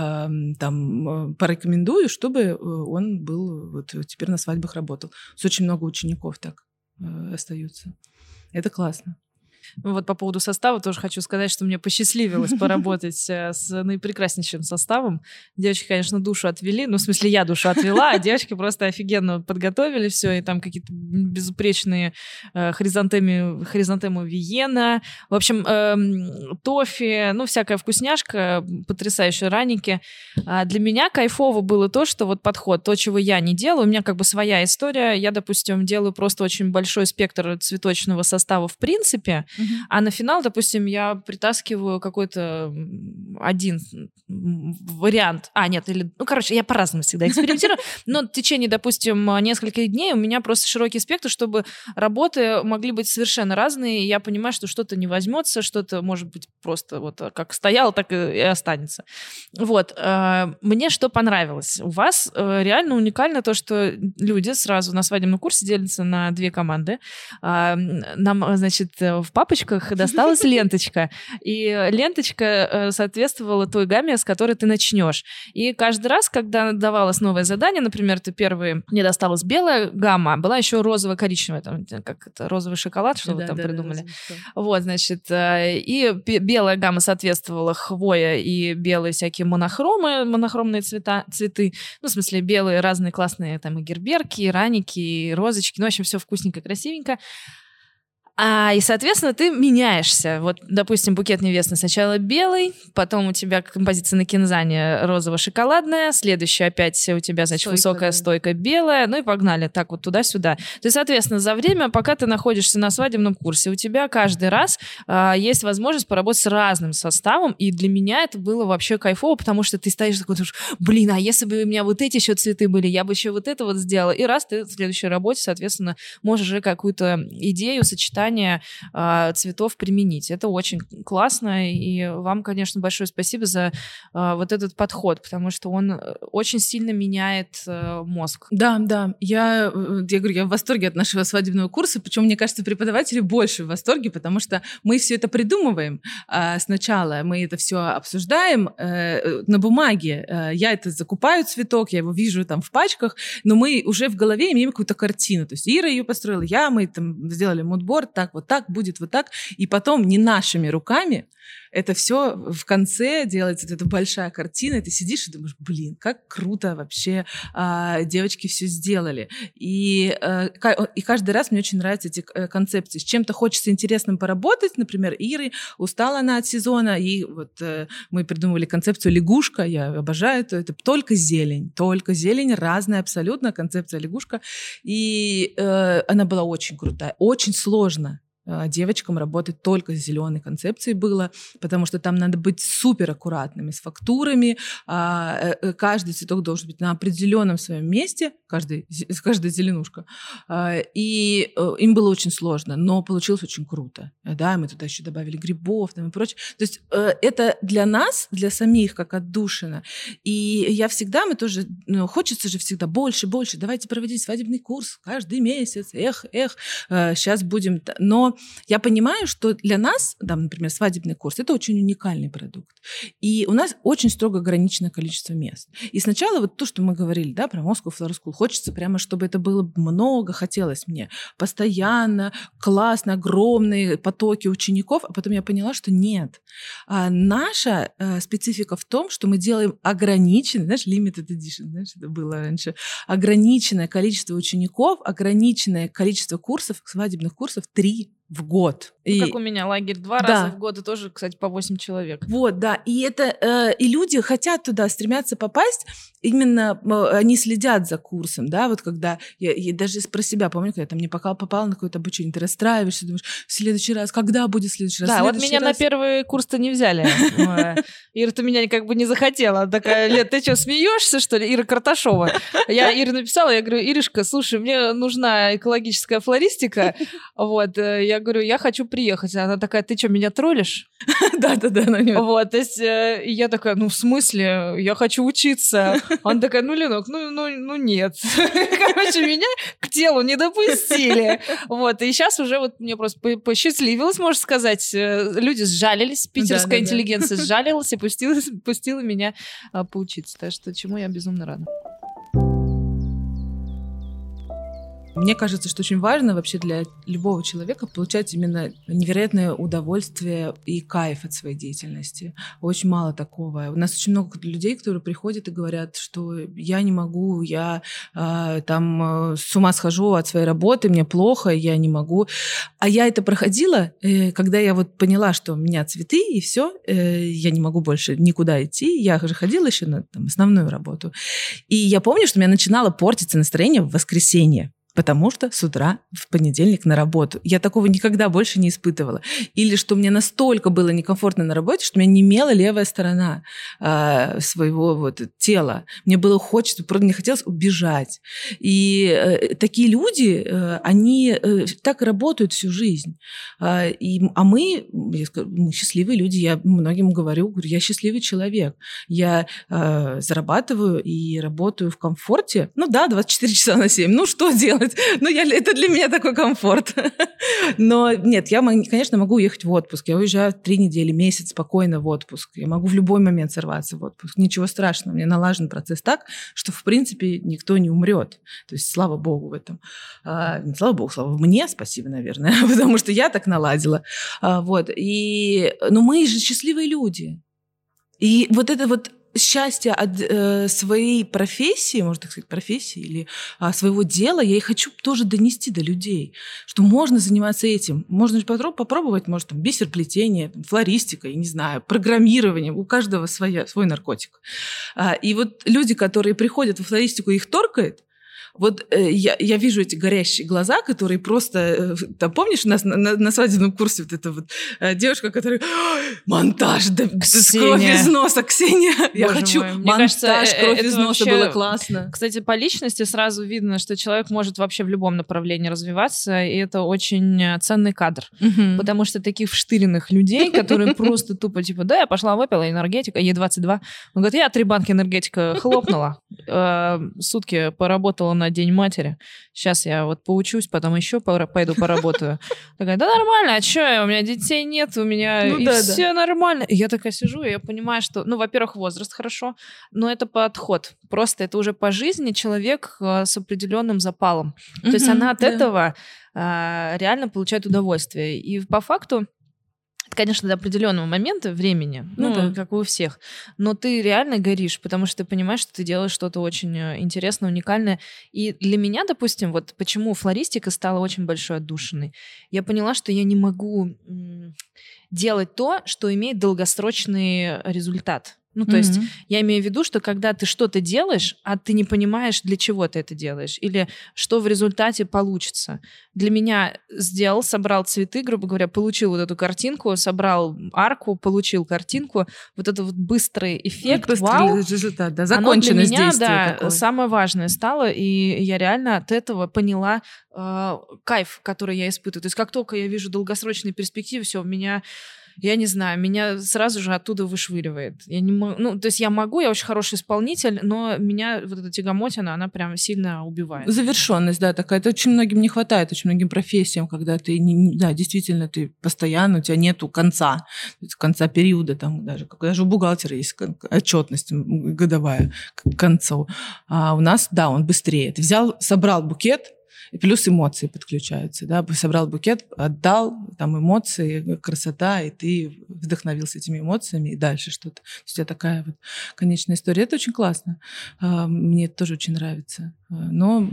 там порекомендую, чтобы он был вот теперь на свадьбах работал. Очень много учеников так остаются. Это классно. Вот по поводу состава тоже хочу сказать, что мне посчастливилось поработать с наипрекраснейшим составом. Девочки, конечно, душу отвели. Ну, в смысле, я душу отвела, а девочки просто офигенно подготовили все. И там какие-то безупречные хризантемы Виена. В общем, тофи, ну, всякая вкусняшка, потрясающие раники. А для меня кайфово было то, что вот подход, то, чего я не делаю. У меня как бы своя история. Я, допустим, делаю просто очень большой спектр цветочного состава в принципе. А на финал, допустим, я притаскиваю какой-то один вариант. Я по-разному всегда экспериментирую, но в течение, допустим, нескольких дней у меня просто широкий спектр, чтобы работы могли быть совершенно разные, и я понимаю, что что-то не возьмется, что-то, может быть, просто вот как стояло, так и останется. Вот. Мне что понравилось? У вас реально уникально то, что люди сразу на свадебном курсе делятся на 2 команды. Нам, значит, в папочках досталась ленточка, и ленточка соответствовала той гамме, с которой ты начнешь. И каждый раз, когда давалось новое задание, например, мне досталась белая гамма, была еще розово-коричневая, там, как это, розовый шоколад, что вы там придумали. Вот, значит, и белая гамма соответствовала хвоя и белые всякие монохромные цветы. Ну, в смысле, белые разные классные там и герберки, и раники, и розочки. Ну, в общем, все вкусненько, красивенько. И, соответственно, ты меняешься. Вот, допустим, букет невесты сначала белый, потом у тебя композиция на кинзане розово-шоколадная, следующая опять у тебя, значит, высокая стойка белая, ну и погнали так вот туда-сюда. То есть, соответственно, за время, пока ты находишься на свадебном курсе, у тебя каждый раз есть возможность поработать с разным составом, и для меня это было вообще кайфово, потому что ты стоишь такой, блин, а если бы у меня вот эти еще цветы были, я бы еще вот это вот сделала. И раз ты в следующей работе, соответственно, можешь уже какую-то идею, сочетание цветов применить. Это очень классно, и вам, конечно, большое спасибо за вот этот подход, потому что он очень сильно меняет мозг. Да, я говорю, я в восторге от нашего свадебного курса, причем, мне кажется, преподаватели больше в восторге, потому что мы все это придумываем сначала, мы это все обсуждаем на бумаге, я это закупаю цветок, я его вижу там в пачках, но мы уже в голове имеем какую-то картину, то есть Ира ее построила, мы там сделали мудборд, так, вот так, будет вот так, и потом не нашими руками это все в конце делается, вот эта большая картина, и ты сидишь и думаешь, блин, как круто вообще девочки все сделали. И каждый раз мне очень нравятся эти концепции. С чем-то хочется интересным поработать, например, Иры устала она от сезона, и вот мы придумывали концепцию лягушка, я обожаю это только зелень, разная абсолютно концепция лягушка, и она была очень крутая, очень сложно девочкам работать только с зеленой концепцией было, потому что там надо быть супер аккуратными с фактурами, каждый цветок должен быть на определенном своем месте, каждая зеленушка, и им было очень сложно, но получилось очень круто, да, мы туда еще добавили грибов там и прочее, то есть это для нас, для самих, как отдушина, и я всегда, мы тоже, хочется же всегда больше, давайте проводить свадебный курс каждый месяц, сейчас будем, но я понимаю, что для нас, там, например, свадебный курс, это очень уникальный продукт. И у нас очень строго ограниченное количество мест. И сначала вот то, что мы говорили, да, про Moscow Flower School, хочется прямо, чтобы это было много, хотелось мне. Постоянно, классно, огромные потоки учеников. А потом я поняла, что нет. Наша специфика в том, что мы делаем ограниченный, знаешь, limited edition, знаешь, это было раньше, ограниченное количество учеников, ограниченное количество курсов, свадебных курсов 3 в год. Как у меня лагерь 2 раза в год, и тоже, кстати, по 8 человек. Вот, да, и это и люди хотят туда, стремятся попасть, именно они следят за курсом, да, вот когда я даже про себя помню, когда я там не попала на какое-то обучение, ты расстраиваешься, думаешь, в следующий раз, когда будет следующий раз? Да, вот меня на первый курс-то не взяли. Ира-то меня как бы не захотела. Такая, Лет, ты что, смеешься, что ли? Ира Карташова. Я Ире написала, я говорю, Иришка, слушай, мне нужна экологическая флористика, вот, я говорю, я хочу приехать. Она такая, ты что, меня троллишь? Да. Вот, то есть я такая, в смысле? Я хочу учиться. Она такая, Ленок, нет. Короче, меня к телу не допустили. Вот, и сейчас уже вот мне просто посчастливилось, можно сказать. Люди сжалились, питерская интеллигенция сжалилась и пустила меня поучиться. Так что чему я безумно рада. Мне кажется, что очень важно вообще для любого человека получать именно невероятное удовольствие и кайф от своей деятельности. Очень мало такого. У нас очень много людей, которые приходят и говорят, что я не могу, я с ума схожу от своей работы, мне плохо, я не могу. А я это проходила, когда я вот поняла, что у меня цветы, и все, я не могу больше никуда идти. Я же ходила еще на основную работу. И я помню, что у меня начинало портиться настроение в воскресенье. Потому что с утра в понедельник на работу. Я такого никогда больше не испытывала. Или что мне настолько было некомфортно на работе, что у меня немела левая сторона своего вот тела. Мне было хочется, просто мне хотелось убежать. И такие люди, они так и работают всю жизнь. Мы счастливые люди. Я многим говорю, я счастливый человек. Я зарабатываю и работаю в комфорте. 24 часа на 7. Ну, что делать? Это для меня такой комфорт. Но нет, я, конечно, могу уехать в отпуск. Я уезжаю 3 недели, месяц спокойно в отпуск. Я могу в любой момент сорваться в отпуск. Ничего страшного. У меня налажен процесс так, что, в принципе, никто не умрет. То есть, слава богу в этом. Не слава богу, слава мне, спасибо, наверное, потому что я так наладила. Но мы же счастливые люди. И вот это вот счастье от своей профессии, можно так сказать, профессии или своего дела, я и хочу тоже донести до людей, что можно заниматься этим. Можно попробовать, может, бисерплетение, флористика, я не знаю, программирование. У каждого свой наркотик. И вот люди, которые приходят в флористику, их торкает, вот я вижу эти горящие глаза, которые просто... Там, помнишь, у нас на свадебном курсе вот эта вот девушка, которая... Монтаж, да, кровь из носа, Ксения. Боже я хочу мой. Монтаж, кровь из носа, вообще... было классно. Кстати, по личности сразу видно, что человек может вообще в любом направлении развиваться, и это очень ценный кадр. Потому что таких вштыренных людей, которые просто тупо типа, я пошла выпила энергетика, ей 22. Он говорит, я 3 банки энергетика хлопнула, сутки поработала на День матери. Сейчас я вот поучусь, потом еще пойду поработаю. Такая, да нормально, а что, у меня детей нет, у меня все нормально. И я такая сижу, и я понимаю, что, во-первых, возраст хорошо, но это подход. Просто это уже по жизни человек с определенным запалом. То есть она от этого реально получает удовольствие. И по факту это, конечно, до определенного момента времени, как у всех, но ты реально горишь, потому что ты понимаешь, что ты делаешь что-то очень интересное, уникальное. И для меня, допустим, вот почему флористика стала очень большой отдушиной. Я поняла, что я не могу делать то, что имеет долгосрочный результат. То есть я имею в виду, что когда ты что-то делаешь, а ты не понимаешь, для чего ты это делаешь, или что в результате получится. Для меня собрал цветы, грубо говоря, получил вот эту картинку, собрал арку, получил картинку, вот это вот быстрый эффект, вау. Результат, законченность действия. Для меня, самое важное стало, и я реально от этого поняла кайф, который я испытываю. То есть как только я вижу долгосрочные перспективы, все, я не знаю, меня сразу же оттуда вышвыривает. Я не могу, то есть я очень хороший исполнитель, но меня вот эта тягомотина, она прям сильно убивает. Завершенность, такая. Это очень многим не хватает, очень многим профессиям, когда ты, действительно, ты постоянно, у тебя нету конца периода, там даже у бухгалтера есть отчетность годовая к концу. А у нас, он быстрее. Ты собрал букет, и плюс эмоции подключаются, собрал букет, отдал, там эмоции, красота, и ты вдохновился этими эмоциями, и дальше что-то. То есть у тебя такая вот конечная история. Это очень классно. Мне это тоже очень нравится. Но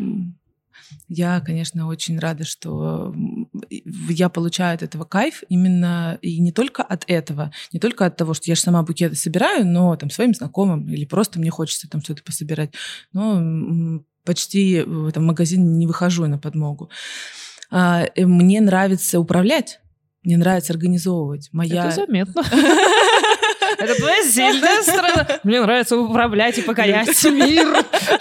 я, конечно, очень рада, что я получаю от этого кайф именно и не только от этого, не только от того, что я же сама букеты собираю, но там своим знакомым или просто мне хочется там что-то пособирать. Но почти в этом магазине не выхожу на подмогу. Мне нравится управлять, мне нравится организовывать. Это заметно. Это твоя сильная сторона. Мне нравится управлять и покорять мир.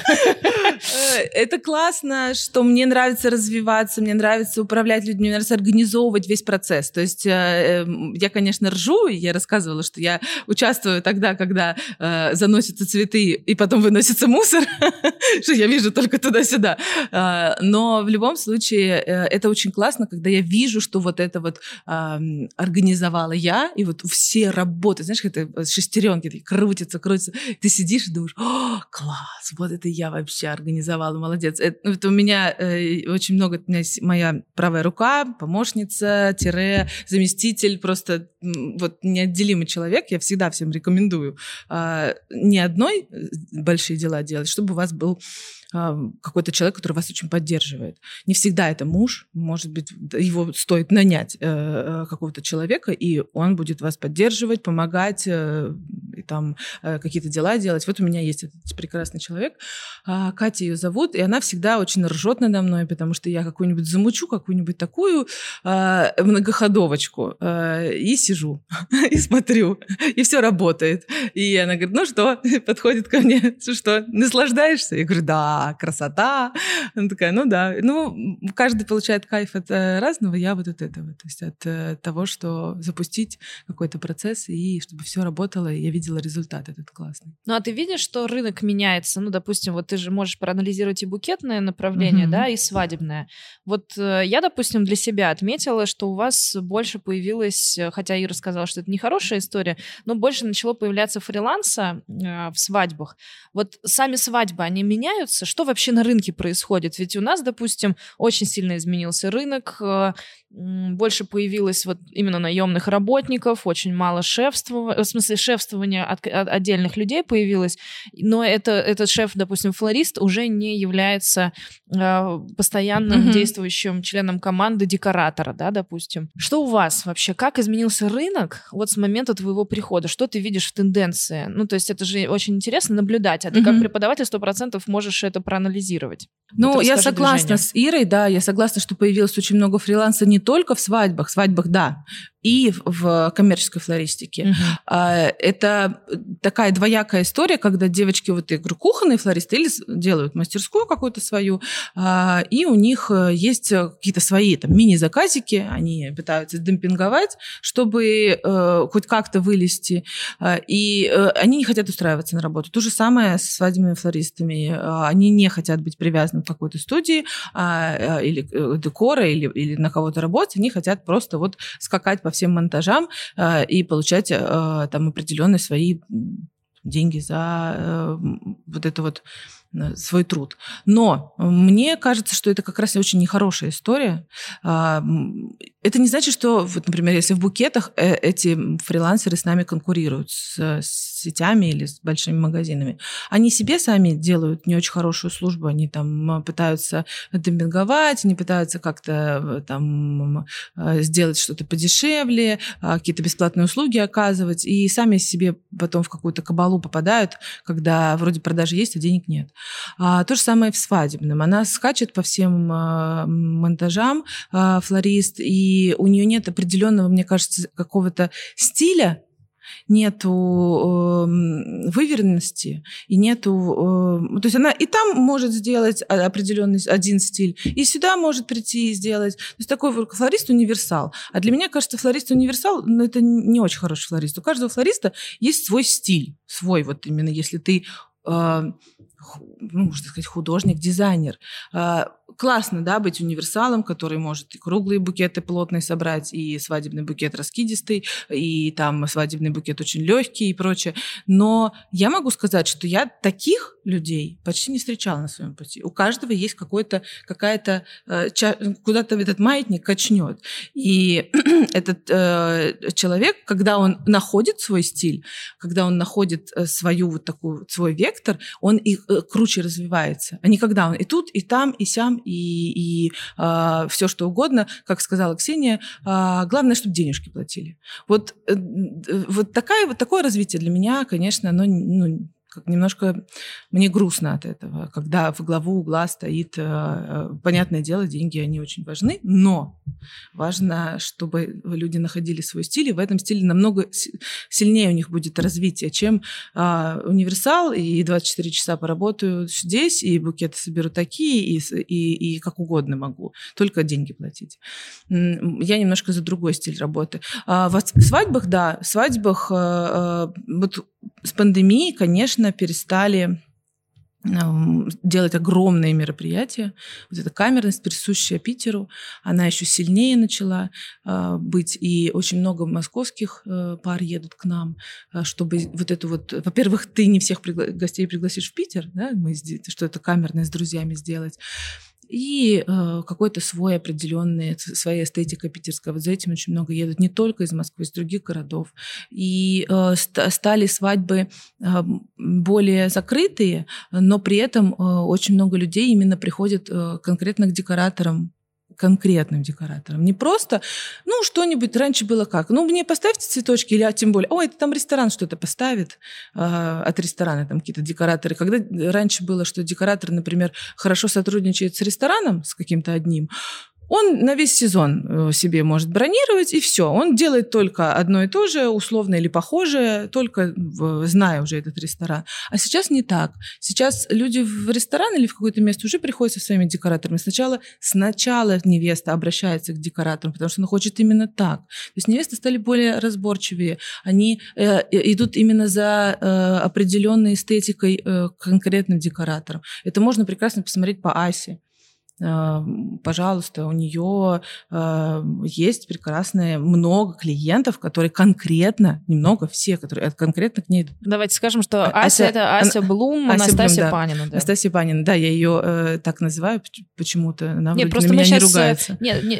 Это классно, что мне нравится развиваться, мне нравится управлять людьми, мне нравится организовывать весь процесс. То есть я, конечно, ржу, и я рассказывала, что я участвую тогда, когда заносятся цветы и потом выносится мусор, что я вижу только туда-сюда. Но в любом случае это очень классно, когда я вижу, что вот это вот организовала я, и вот все работы, знаешь, это шестеренки крутятся. Ты сидишь и думаешь, класс, вот это я вообще организовала, молодец. Это у меня очень много, у меня есть моя правая рука, помощница, заместитель, просто вот неотделимый человек. Я всегда всем рекомендую не одной большие дела делать, чтобы у вас был какой-то человек, который вас очень поддерживает. Не всегда это муж, может быть, его стоит нанять какого-то человека, и он будет вас поддерживать, помогать и там какие-то дела делать. Вот у меня есть этот прекрасный человек, Катя ее зовут, и она всегда очень ржет надо мной, потому что я какую-нибудь замучу, какую-нибудь такую многоходовочку, и сижу, и смотрю, и все работает. И она говорит, ну что, подходит ко мне, что, наслаждаешься? Я говорю, да, красота. Она такая, ну да. Ну, каждый получает кайф от разного, я вот от этого, то есть от того, что запустить какой-то процесс, и чтобы все работало, и я видела результат этот классный. Ну, а ты видишь, что рынок меняется? Ну, допустим, вот ты же можешь проанализировать и букетное направление, да, и свадебное. Вот я, допустим, для себя отметила, что у вас больше появилось, хотя Ира сказала, что это не хорошая история, но больше начало появляться фриланса в свадьбах. Вот сами свадьбы, они меняются? Что вообще на рынке происходит? Ведь у нас, допустим, очень сильно изменился рынок, больше появилось вот именно наемных работников, очень мало шефствования, в смысле шефствования от отдельных людей появилось, но этот шеф, допустим, флорист уже не является постоянным действующим членом команды декоратора, да, допустим. Что у вас вообще? Как изменился рынок вот с момента твоего прихода? Что ты видишь в тенденции? Ну, то есть это же очень интересно наблюдать, а ты как преподаватель 100% можешь это проанализировать. Ну, вот я согласна с Ирой, да, я согласна, что появилось очень много фриланса не только в свадьбах, да, и в коммерческой флористике. Это такая двоякая история, когда девочки, вот я говорю, кухонные флористы или делают мастерскую какую-то свою, и у них есть какие-то свои там мини-заказики, они пытаются демпинговать, чтобы хоть как-то вылезти, и они не хотят устраиваться на работу. То же самое с свадебными флористами. Они не хотят быть привязаны к какой-то студии или декора, или на кого-то работать, они хотят просто вот скакать по всем монтажам и получать там определенные свои деньги за вот это вот свой труд. Но мне кажется, что это как раз очень нехорошая история. Это не значит, что, вот, например, если в букетах эти фрилансеры с нами конкурируют с сетями или с большими магазинами. Они себе сами делают не очень хорошую службу, они там пытаются демпинговать, они пытаются как-то там сделать что-то подешевле, какие-то бесплатные услуги оказывать, и сами себе потом в какую-то кабалу попадают, когда вроде продажи есть, а денег нет. То же самое в свадебном. Она скачет по всем монтажам, флорист, и у нее нет определенного, мне кажется, какого-то стиля, нету выверенности, и нету... То есть она и там может сделать определенный один стиль, и сюда может прийти и сделать. То есть такой флорист-универсал. А для меня, кажется, флорист-универсал, это не очень хороший флорист. У каждого флориста есть свой стиль, свой вот именно, если ты... можно сказать, художник, дизайнер. Классно, да, быть универсалом, который может и круглые букеты плотные собрать, и свадебный букет раскидистый, и там свадебный букет очень легкий и прочее. Но я могу сказать, что я таких людей почти не встречала на своем пути. У каждого есть какая-то куда-то этот маятник качнет. И этот человек, когда он находит свой стиль, когда он находит свою вот такую, свой вектор, он и круче развивается. А не когда он и тут, и там, и сям, и все что угодно, как сказала Ксения, главное, чтобы денежки платили. Вот такое развитие для меня, конечно, оно как немножко мне грустно от этого, когда в главу угла стоит, понятное дело, деньги, они очень важны, но важно, чтобы люди находили свой стиль, и в этом стиле намного сильнее у них будет развитие, чем универсал, и 24 часа поработаю здесь, и букеты соберу такие, и как угодно могу, только деньги платить. Я немножко за другой стиль работы. В свадьбах, да, вот с пандемией, конечно, перестали делать огромные мероприятия. Вот эта камерность, присущая Питеру, она еще сильнее начала быть. И очень много московских пар едут к нам, чтобы вот эту вот... Во-первых, ты не всех гостей пригласишь в Питер, да, что это камерное с друзьями сделать. И какой-то свой определенный, своя эстетика питерская. Вот за этим очень много едут не только из Москвы, из других городов. И стали свадьбы более закрытые, но при этом очень много людей именно приходят конкретно к декораторам, конкретным декоратором. Не просто, что-нибудь раньше было как. Мне поставьте цветочки, или тем более, это там ресторан что-то поставит, от ресторана там какие-то декораторы. Когда раньше было, что декоратор, например, хорошо сотрудничает с рестораном, с каким-то одним, он на весь сезон себе может бронировать, и все. Он делает только одно и то же, условно или похожее, только зная уже этот ресторан. А сейчас не так. Сейчас люди в ресторан или в какое-то место уже приходят со своими декораторами. Сначала невеста обращается к декоратору, потому что она хочет именно так. То есть невесты стали более разборчивее. Они идут именно за определенной эстетикой конкретным декоратором. Это можно прекрасно посмотреть по Асе. Пожалуйста, у нее есть прекрасные много клиентов, которые конкретно, немного, все, которые конкретно к ней идут. Давайте скажем, что Ася это Ася Блум, Настасья Панина. Да. Настасья Панина, да, я ее так называю почему-то, она вроде на меня не ругается.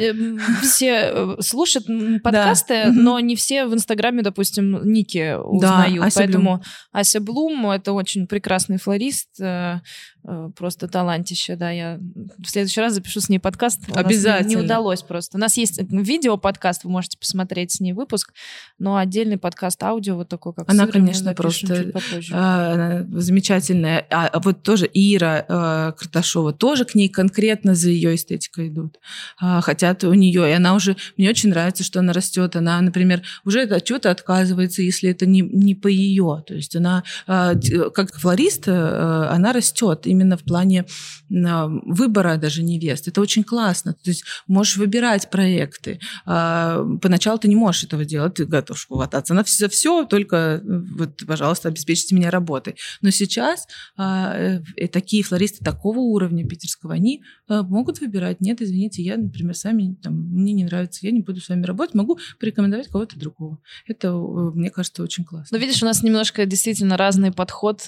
Все слушают подкасты, но не все в Инстаграме, допустим, ники узнают, Ася поэтому Блум. Ася Блум это очень прекрасный флорист, просто талантище, да, я в следующий раз запишу с ней подкаст. Обязательно. Не удалось просто. У нас есть видео-подкаст, вы можете посмотреть с ней выпуск, но отдельный подкаст аудио вот такой, как она, Сыр, конечно, просто она замечательная. А вот тоже Ира Карташова, тоже к ней конкретно за ее эстетикой идут. Хотят у нее, и она уже, мне очень нравится, что она растет. Она, например, уже от чего-то отказывается, если это не по ее. То есть она, как флорист, она растет именно в плане выбора даже невест. Это очень классно. То есть можешь выбирать проекты. Поначалу ты не можешь этого делать, ты готов хвататься на все, только вот, пожалуйста, обеспечьте меня работой. Но сейчас такие флористы такого уровня питерского, они могут выбирать. Нет, извините, я, например, мне не нравится, я не буду с вами работать, могу порекомендовать кого-то другого. Это, мне кажется, очень классно. Но видишь, у нас немножко действительно разный подход.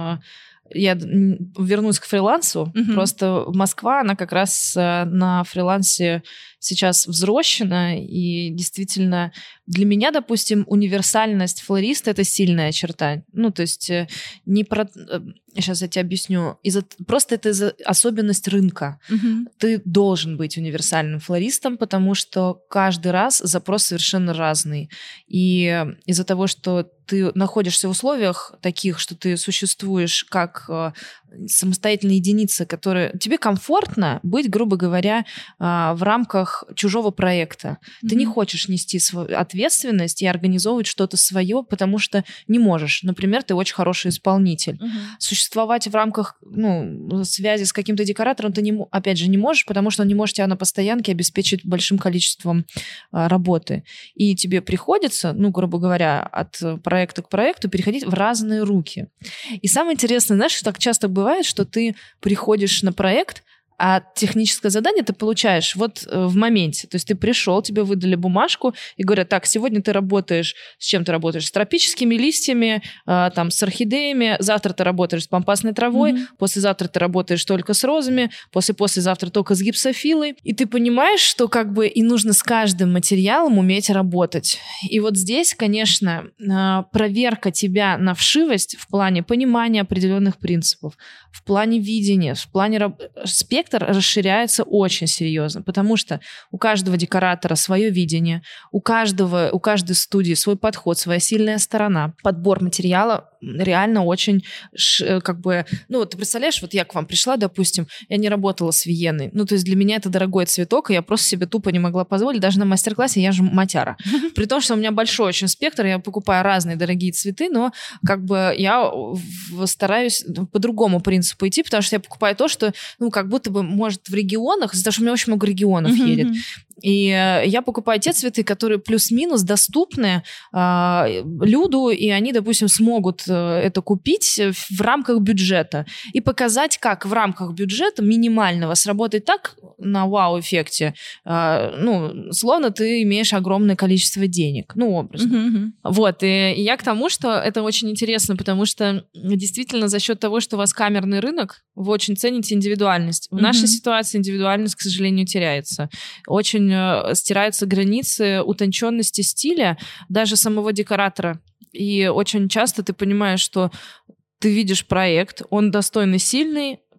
Я вернусь к фрилансу. Просто Москва, она как раз на фрилансе сейчас взрощена, и действительно для меня, допустим, универсальность флориста — это сильная черта. То есть не про... Сейчас я тебе объясню. Просто это особенность рынка. Ты должен быть универсальным флористом, потому что каждый раз запрос совершенно разный. И из-за того, что ты находишься в условиях таких, что ты существуешь как самостоятельная единица, которая... Тебе комфортно быть, грубо говоря, в рамках чужого проекта. Ты не хочешь нести свою ответственность и организовывать что-то свое, потому что не можешь. Например, ты очень хороший исполнитель. Существовать в рамках связи с каким-то декоратором ты, опять же, не можешь, потому что он не может тебя на постоянке обеспечить большим количеством работы. И тебе приходится, грубо говоря, от проекта к проекту переходить в разные руки. И самое интересное, знаешь, так часто бывает, что ты приходишь на проект, а техническое задание ты получаешь вот в моменте. То есть ты пришел, тебе выдали бумажку и говорят: так, сегодня ты работаешь... С чем ты работаешь? С тропическими листьями, с орхидеями. Завтра ты работаешь с пампасной травой. Послезавтра ты работаешь только с розами. Послезавтра только с гипсофилой. И ты понимаешь, что и нужно с каждым материалом уметь работать. И вот здесь, конечно, проверка тебя на вшивость в плане понимания определенных принципов, в плане видения, в плане спектр расширяется очень серьезно, потому что у каждого декоратора свое видение, у каждой студии свой подход, своя сильная сторона. Подбор материала реально очень, ты представляешь, вот я к вам пришла, допустим, я не работала с Виенной, то есть для меня это дорогой цветок, и я просто себе тупо не могла позволить, даже на мастер-классе я же матяра. При том, что у меня большой очень спектр, я покупаю разные дорогие цветы, но я стараюсь по другому принципу идти, потому что я покупаю то, что, как будто бы, может, в регионах, из-за того, что у меня очень много регионов едет. И я покупаю те цветы, которые плюс-минус доступны люду, и они, допустим, смогут это купить в рамках бюджета. И показать, как в рамках бюджета минимального сработать так на вау-эффекте, словно ты имеешь огромное количество денег. Образно. Вот, и я к тому, что это очень интересно, потому что действительно за счет того, что у вас камерный рынок, вы очень цените индивидуальность. В нашей ситуации индивидуальность, к сожалению, теряется. Очень стираются границы утонченности стиля даже самого декоратора. И очень часто ты понимаешь, что ты видишь проект, он достойный, сильный,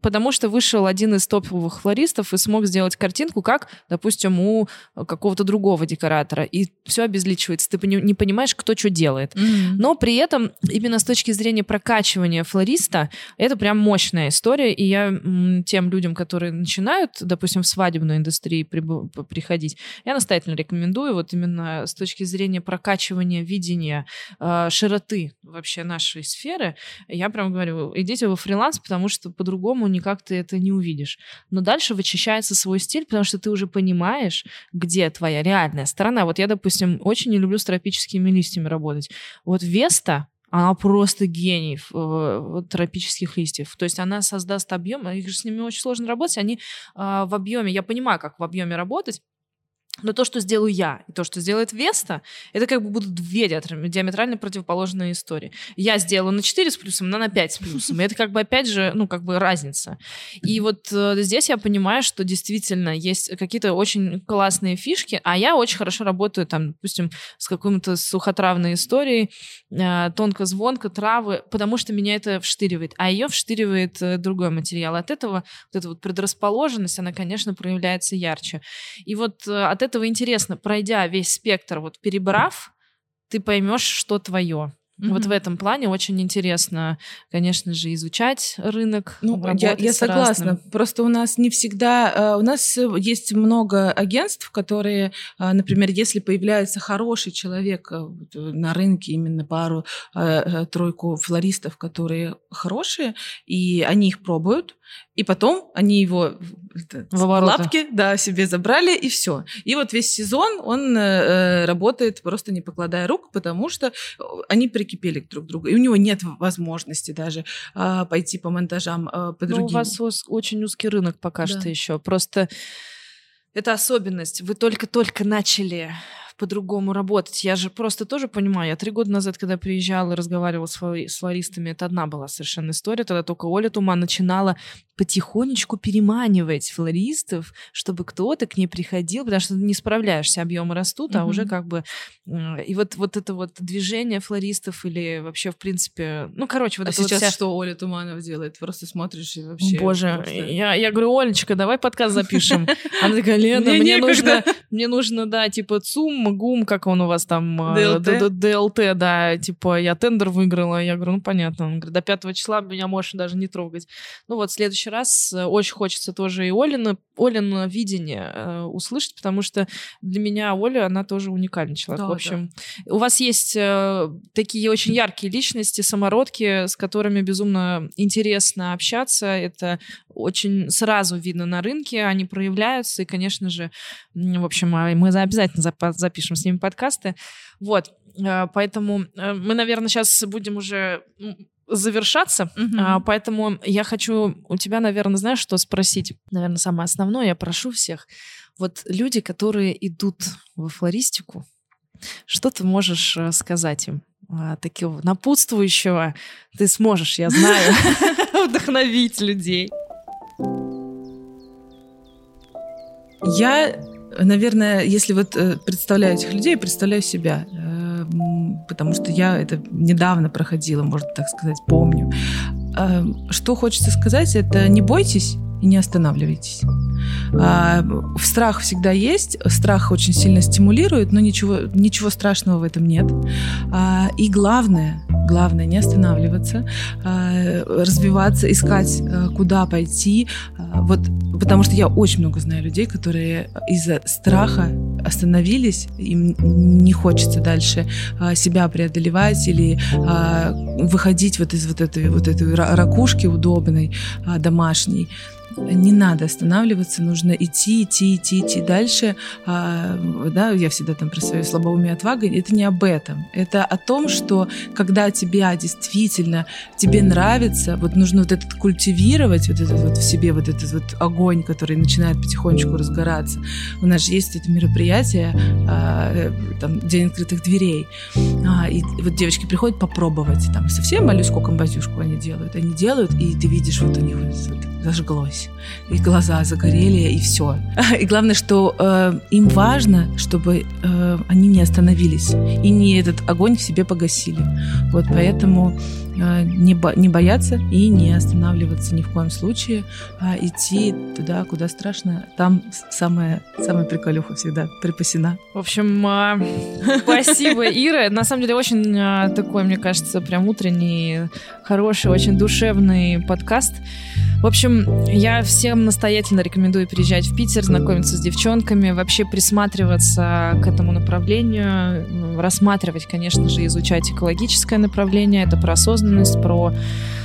потому что вышел один из топовых флористов и смог сделать картинку, как, допустим, у какого-то другого декоратора. И все обезличивается. Ты не понимаешь, кто что делает. Но при этом именно с точки зрения прокачивания флориста это прям мощная история. И я тем людям, которые начинают, допустим, в свадебную индустрию приходить, я настоятельно рекомендую вот именно с точки зрения прокачивания видения широты вообще нашей сферы. Я прям говорю, идите во фриланс, потому что по-другому никак ты это не увидишь. Но дальше вычищается свой стиль, потому что ты уже понимаешь, где твоя реальная сторона. Вот я, допустим, очень не люблю с тропическими листьями работать. Вот Веста, она просто гений тропических листьев. То есть она создаст объем, их же с ними очень сложно работать, они в объеме, я понимаю, как в объеме работать, но то, что сделаю я, и то, что сделает Веста, это как бы будут две диаметрально противоположные истории. Я сделаю на 4 с плюсом, она на 5 с плюсом. И это как бы опять же, ну, как бы разница. И вот здесь я понимаю, что действительно есть какие-то очень классные фишки, а я очень хорошо работаю, там, допустим, с какой-то сухотравной историей, тонко-звонко, травы, потому что меня это вштыривает. А ее вштыривает другой материал. От этого вот эта вот предрасположенность, она, конечно, проявляется ярче. И вот от этого интересно, пройдя весь спектр, вот перебрав, ты поймешь, что твое. Вот в этом плане очень интересно, конечно же, изучать рынок. Ну, я согласна. Разным. Просто у нас не всегда... У нас есть много агентств, которые, например, если появляется хороший человек на рынке, именно пару-тройку флористов, которые хорошие, и они их пробуют, и потом они его в лапки себе забрали, и все. И вот весь сезон он работает просто не покладая рук, потому что они прикипели друг к другу. И у него нет возможности даже пойти по монтажам по другим. У вас очень узкий рынок пока что еще. Просто это особенность. Вы только-только начали по-другому работать. Я же просто тоже понимаю, я 3 года назад, когда приезжала и разговаривала с флористами, это одна была совершенно история, тогда только Оля Туман начинала потихонечку переманивать флористов, чтобы кто-то к ней приходил, потому что ты не справляешься, объемы растут, а уже как бы... И вот это вот движение флористов или вообще, в принципе... Ну, короче, вот это сейчас вот что Оля Туманов делает? Просто смотришь и вообще... Боже, просто... я говорю, Олечка, давай подкаст запишем. Она такая, Лена, мне нужно, да, типа ЦУМ, ГУМ, как он у вас там... ДЛТ, да, типа я тендер выиграла. Я говорю, ну, понятно. Он говорит, до 5 числа меня можешь даже не трогать. Ну вот, в следующий раз очень хочется тоже и Олина видение услышать, потому что для меня Оля, она тоже уникальный человек. Да, в общем, у вас есть такие очень яркие личности, самородки, с которыми безумно интересно общаться. Это очень сразу видно на рынке, они проявляются, и, конечно же, в общем, мы обязательно запишем с ними подкасты. Вот, поэтому мы, наверное, сейчас будем уже завершаться, поэтому я хочу у тебя, наверное, знаешь, что спросить? Наверное, самое основное, я прошу всех. Вот люди, которые идут во флористику, что ты можешь сказать им? Такого напутствующего ты сможешь, я знаю, вдохновить людей. Я, наверное, если вот представляю этих людей, представляю себя, потому что я это недавно проходила, можно так сказать, помню. Что хочется сказать, это не бойтесь и не останавливайтесь. Страх всегда есть, страх очень сильно стимулирует, но ничего страшного в этом нет. И главное не останавливаться, развиваться, искать, куда пойти. Вот, потому что я очень много знаю людей, которые из-за страха остановились, им не хочется дальше себя преодолевать или выходить вот из вот этой ракушки удобной, домашней. Не надо останавливаться, нужно идти дальше. Да, я всегда там про свое слабоумие и отвагу. Это не об этом. Это о том, что когда тебя действительно, тебе нравится, вот нужно вот этот культивировать, вот этот вот в себе, вот этот вот огонь, который начинает потихонечку разгораться. У нас же есть это мероприятие, там, День открытых дверей. И вот девочки приходят попробовать. Там совсем малюску композюшку они делают, и ты видишь, вот у них вот зажглось. загорелись, и глаза загорели, и все. И главное, что им важно, чтобы они не остановились и не этот огонь в себе погасили. Вот поэтому не бояться и не останавливаться ни в коем случае, а идти туда, куда страшно. Там самая приколюха всегда припасена. В общем, спасибо, Ира. На самом деле очень такой, мне кажется, прям утренний, хороший, очень душевный подкаст. В общем, я всем настоятельно рекомендую переезжать в Питер, знакомиться с девчонками, вообще присматриваться к этому направлению, рассматривать, конечно же, изучать экологическое направление. Это про осознанность, про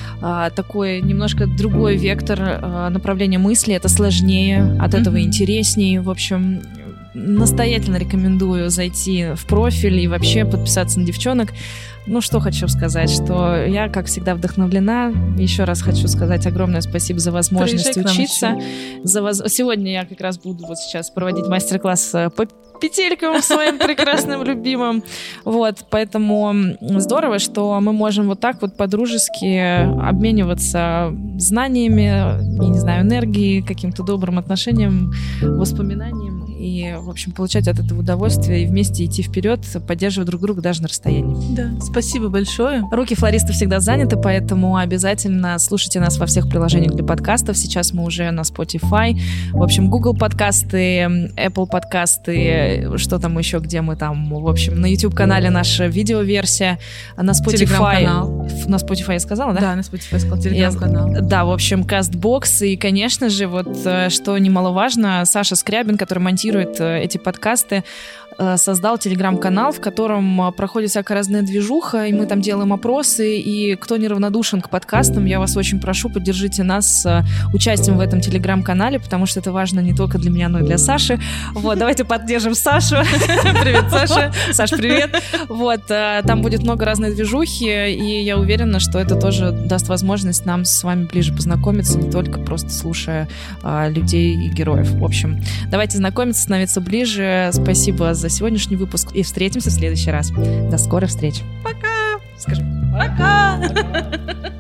такой немножко другой вектор направления мысли. Это сложнее, от этого интереснее. В общем, настоятельно рекомендую зайти в профиль и вообще подписаться на девчонок. Ну, что хочу сказать, что я, как всегда, вдохновлена. Еще раз хочу сказать огромное спасибо за возможность учиться. Сегодня я как раз буду вот сейчас проводить мастер-класс по петелькам своим прекрасным любимым. Вот, поэтому здорово, что мы можем вот так вот по-дружески обмениваться знаниями, я не знаю, энергией, каким-то добрым отношением, воспоминанием и, в общем, получать от этого удовольствие и вместе идти вперед, поддерживая друг друга даже на расстоянии. Да, спасибо большое. Руки флориста всегда заняты, поэтому обязательно слушайте нас во всех приложениях для подкастов. Сейчас мы уже на Spotify, в общем, Google подкасты, Apple подкасты, что там еще, где мы там, в общем, на YouTube-канале наша видеоверсия, на Spotify. Телеграм-канал. На Spotify я сказала, да? Да, на Spotify сказала, Телеграм-канал. Да, в общем, CastBox. И, конечно же, вот что немаловажно, Саша Скрябин, который монтирует эти подкасты, создал телеграм-канал, в котором проходит всякая разная движуха, и мы там делаем опросы, и кто неравнодушен к подкастам, я вас очень прошу, поддержите нас участием в этом телеграм-канале, потому что это важно не только для меня, но и для Саши. Вот, давайте поддержим Сашу. Привет, Саша. Саш, привет. Вот, там будет много разной движухи, и я уверена, что это тоже даст возможность нам с вами ближе познакомиться, не только просто слушая людей и героев. В общем, давайте знакомиться, становиться ближе. Спасибо за сегодняшний выпуск и встретимся в следующий раз. До скорой встречи. Пока! Скажи. Пока!